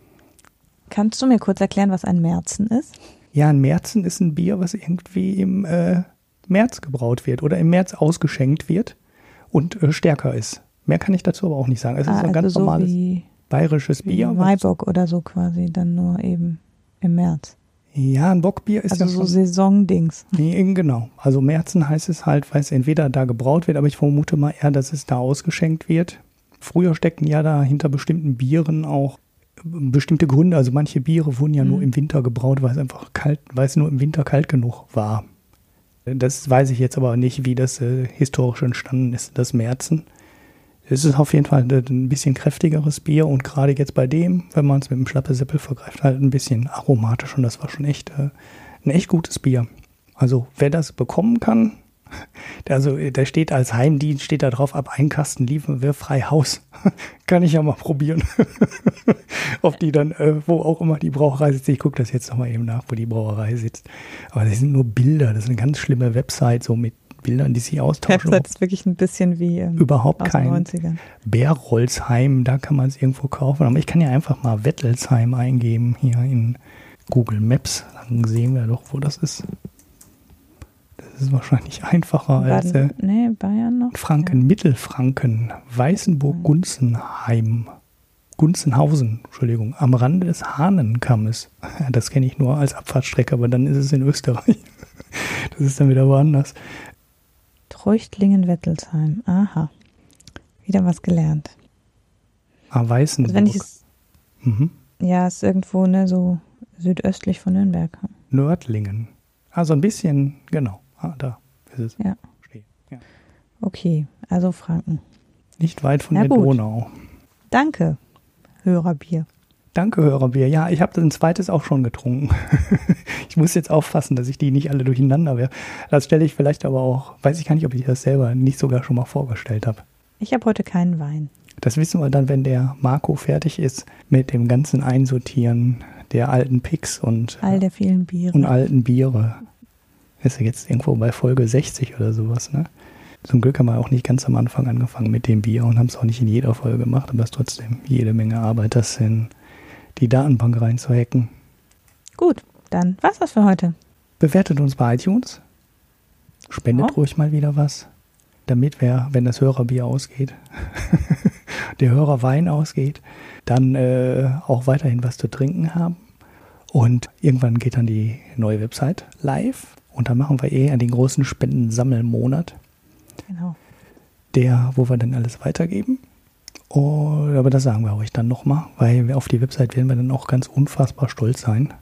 Kannst du mir kurz erklären, was ein Märzen ist? Ja, ein Märzen ist ein Bier, was irgendwie im äh, März gebraut wird oder im März ausgeschenkt wird und äh, stärker ist. Mehr kann ich dazu aber auch nicht sagen. Es ah, ist ein also ganz so normales wie, bayerisches wie Bier. Maibock oder so quasi, dann nur eben im März. Ja, ein Bockbier ist also ja so schon, Saisondings. Nee, genau. Also Märzen heißt es halt, weil es entweder da gebraut wird, aber ich vermute mal eher, dass es da ausgeschenkt wird. Früher steckten ja da hinter bestimmten Bieren auch bestimmte Gründe. Also manche Biere wurden ja mhm. nur im Winter gebraut, weil es einfach kalt, weil es nur im Winter kalt genug war. Das weiß ich jetzt aber nicht, wie das äh, historisch entstanden ist, das Märzen. Es ist auf jeden Fall ein bisschen kräftigeres Bier und gerade jetzt bei dem, wenn man es mit dem Schlappeseppel vergleicht, halt ein bisschen aromatisch und das war schon echt äh, ein echt gutes Bier. Also wer das bekommen kann, also der steht als Heimdienst, steht da drauf, ab ein Kasten liefern wir frei Haus. Kann ich ja mal probieren. Ob die dann, äh, wo auch immer die Brauerei sitzt, ich gucke das jetzt nochmal eben nach, wo die Brauerei sitzt. Aber das sind nur Bilder, das ist eine ganz schlimme Website, so mit Bildern, die sich austauschen. Website ist wirklich ein bisschen wie ähm, überhaupt aus kein den neunzigern. Bärolzheim, da kann man es irgendwo kaufen. Aber ich kann ja einfach mal Wettelsheim eingeben hier in Google Maps. Dann sehen wir doch, wo das ist. Das ist wahrscheinlich einfacher als äh, nee, Bayern noch. Franken, ja. Mittelfranken, Weißenburg-Gunzenheim. Gunzenhausen, Entschuldigung, am Rande des Hahnenkammes. Das kenne ich nur als Abfahrtsstrecke, aber dann ist es in Österreich. Das ist dann wieder woanders. Treuchtlingen-Wettelsheim. Aha. Wieder was gelernt. Ah, Weißenburg. Also wenn ich es, mhm. Ja, ist irgendwo ne, so südöstlich von Nürnberg. Nördlingen. Also ein bisschen, genau. Ah, da ist es. Ja. ja. Okay, also Franken. Nicht weit von Na der gut. Donau. Danke, Hörerbier. Danke, Hörerbier. Ja, ich habe ein zweites auch schon getrunken. Ich muss jetzt aufpassen, dass ich die nicht alle durcheinander werfe. Das stelle ich vielleicht aber auch, weiß ich gar nicht, ob ich das selber nicht sogar schon mal vorgestellt habe. Ich habe heute keinen Wein. Das wissen wir dann, wenn der Marco fertig ist mit dem ganzen Einsortieren der alten Picks und all der vielen Biere. Und alten Biere. Ist ja jetzt irgendwo bei Folge sechzig oder sowas, ne? Zum Glück haben wir auch nicht ganz am Anfang angefangen mit dem Bier und haben es auch nicht in jeder Folge gemacht, aber es ist trotzdem jede Menge Arbeit, das in die Datenbank reinzuhacken. Gut, dann war's das für heute. Bewertet uns bei iTunes. Spendet oh. ruhig mal wieder was, damit wir, wenn das Hörerbier ausgeht, der Hörerwein ausgeht, dann äh, auch weiterhin was zu trinken haben. Und irgendwann geht dann die neue Website live Und dann machen wir eher den großen Spendensammelmonat. Genau. Der, wo wir dann alles weitergeben. Und, aber das sagen wir euch dann nochmal, weil wir auf die Website werden wir dann auch ganz unfassbar stolz sein.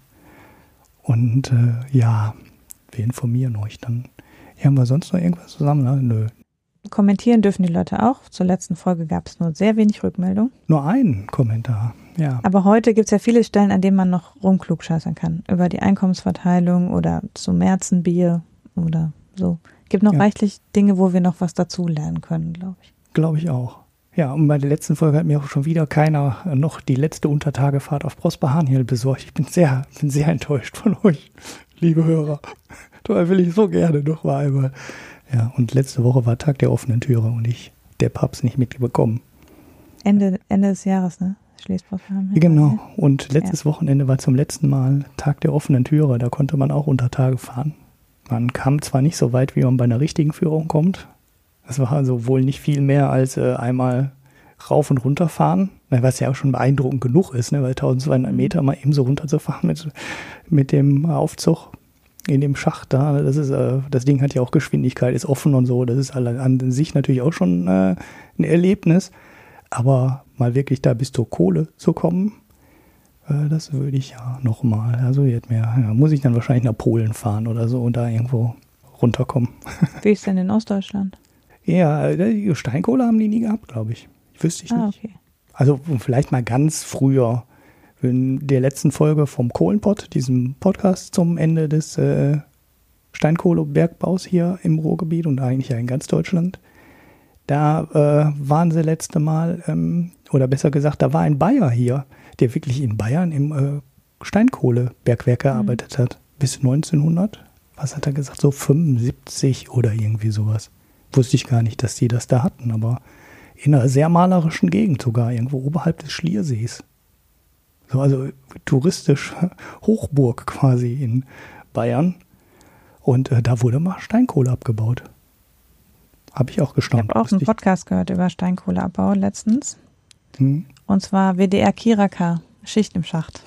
Und äh, ja, wir informieren euch dann. Hier haben wir sonst noch irgendwas zusammen? Ne? Nö. Kommentieren dürfen die Leute auch. Zur letzten Folge gab es nur sehr wenig Rückmeldung. Nur einen Kommentar, ja. Aber heute gibt es ja viele Stellen, an denen man noch rumklugscheißern kann. Über die Einkommensverteilung oder zum Märzenbier oder so. Gibt noch ja. reichlich Dinge, wo wir noch was dazu lernen können, glaube ich. Glaube ich auch. Ja, und bei der letzten Folge hat mir auch schon wieder keiner noch die letzte Untertagefahrt auf Prosper Hahnhill besorgt. Ich bin sehr, bin sehr enttäuscht von euch, liebe Hörer. Da will ich so gerne noch mal einmal. Ja, und letzte Woche war Tag der offenen Türe und ich, der Papst, nicht mitbekommen. Ende, Ende des Jahres, ne? Schließt Prosper Hahnhill. Genau. Und letztes ja. Wochenende war zum letzten Mal Tag der offenen Türe. Da konnte man auch unter Tage fahren. Man kam zwar nicht so weit, wie man bei einer richtigen Führung kommt. Das war also wohl nicht viel mehr als äh, einmal rauf und runter fahren, was ja auch schon beeindruckend genug ist, ne, weil eintausendzweihundert Meter mal eben so runterzufahren mit, mit dem Aufzug in dem Schacht da, das ist, äh, das Ding hat ja auch Geschwindigkeit, ist offen und so, das ist an sich natürlich auch schon äh, ein Erlebnis, aber mal wirklich da bis zur Kohle zu kommen, äh, das würde ich ja nochmal, also jetzt mehr, ja, muss ich dann wahrscheinlich nach Polen fahren oder so und da irgendwo runterkommen. Wie ist denn in Ostdeutschland? Ja, die Steinkohle haben die nie gehabt, glaube ich. Wüsste ich ah, nicht. Okay. Also vielleicht mal ganz früher, in der letzten Folge vom Kohlenpott, diesem Podcast zum Ende des äh, Steinkohlebergbaus hier im Ruhrgebiet und eigentlich ja in ganz Deutschland, da äh, waren sie letzte Mal, ähm, oder besser gesagt, da war ein Bayer hier, der wirklich in Bayern im äh, Steinkohlebergwerk gearbeitet mhm. hat. Bis neunzehnhundert, was hat er gesagt, so fünfundsiebzig oder irgendwie sowas. Wusste ich gar nicht, dass die das da hatten, aber in einer sehr malerischen Gegend sogar, irgendwo oberhalb des Schliersees. So, also touristisch Hochburg quasi in Bayern. Und äh, da wurde mal Steinkohle abgebaut. Habe ich auch gestaunt. Ich habe auch einen Podcast gehört über Steinkohleabbau letztens. Hm. Und zwar W D R Kiraka, Schicht im Schacht.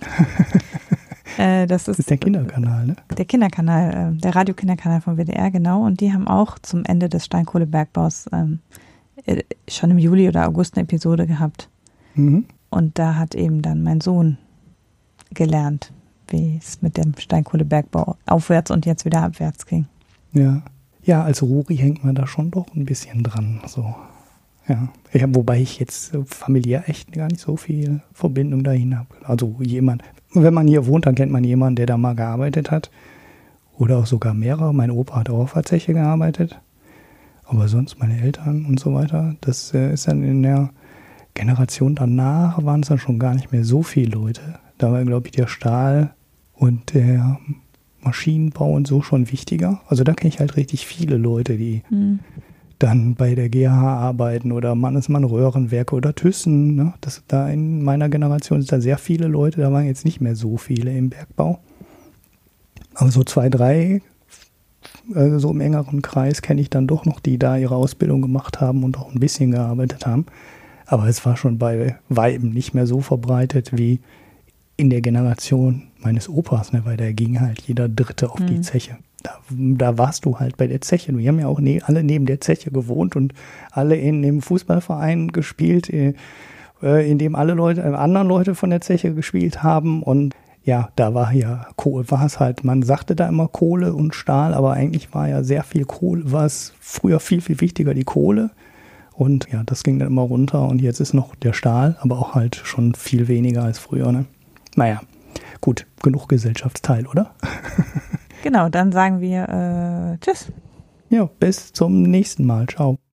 äh, das, ist, das ist der Kinderkanal, ne? Der Kinderkanal, äh, der Radiokinderkanal von W D R, genau. Und die haben auch zum Ende des Steinkohlebergbaus ähm, schon im Juli oder August eine Episode gehabt. Mhm. Und da hat eben dann mein Sohn gelernt, wie es mit dem Steinkohlebergbau aufwärts und jetzt wieder abwärts ging. Ja, ja, als Ruri hängt man da schon doch ein bisschen dran. So. Ja. Ich hab, wobei ich jetzt familiär echt gar nicht so viel Verbindung dahin habe. Also jemand, wenn man hier wohnt, dann kennt man jemanden, der da mal gearbeitet hat. Oder auch sogar mehrere. Mein Opa hat auch auf der Zeche gearbeitet. Aber sonst meine Eltern und so weiter, das äh, ist dann in der Generation danach, waren es dann schon gar nicht mehr so viele Leute. Da war, glaube ich, der Stahl und der Maschinenbau und so schon wichtiger. Also da kenne ich halt richtig viele Leute, die mhm. dann bei der G H arbeiten oder Mannesmann Röhrenwerke oder Thyssen. Ne? Das, da in meiner Generation sind da sehr viele Leute, da waren jetzt nicht mehr so viele im Bergbau. Aber so zwei, drei Also so im engeren Kreis kenne ich dann doch noch, die da ihre Ausbildung gemacht haben und auch ein bisschen gearbeitet haben. Aber es war schon bei Weitem nicht mehr so verbreitet wie in der Generation meines Opas, ne, weil da ging halt jeder Dritte auf mhm. die Zeche. Da, da warst du halt bei der Zeche. Wir haben ja auch ne, alle neben der Zeche gewohnt und alle in dem Fußballverein gespielt, äh, in dem alle Leute, äh, anderen Leute von der Zeche gespielt haben. Und ja, da war ja Kohle, war es halt, man sagte da immer Kohle und Stahl, aber eigentlich war ja sehr viel Kohle, war es früher viel, viel wichtiger, die Kohle. Und ja, das ging dann immer runter und jetzt ist noch der Stahl, aber auch halt schon viel weniger als früher, ne? Naja, gut, genug Gesellschaftsteil, oder? Genau, dann sagen wir äh, Tschüss. Ja, bis zum nächsten Mal. Ciao.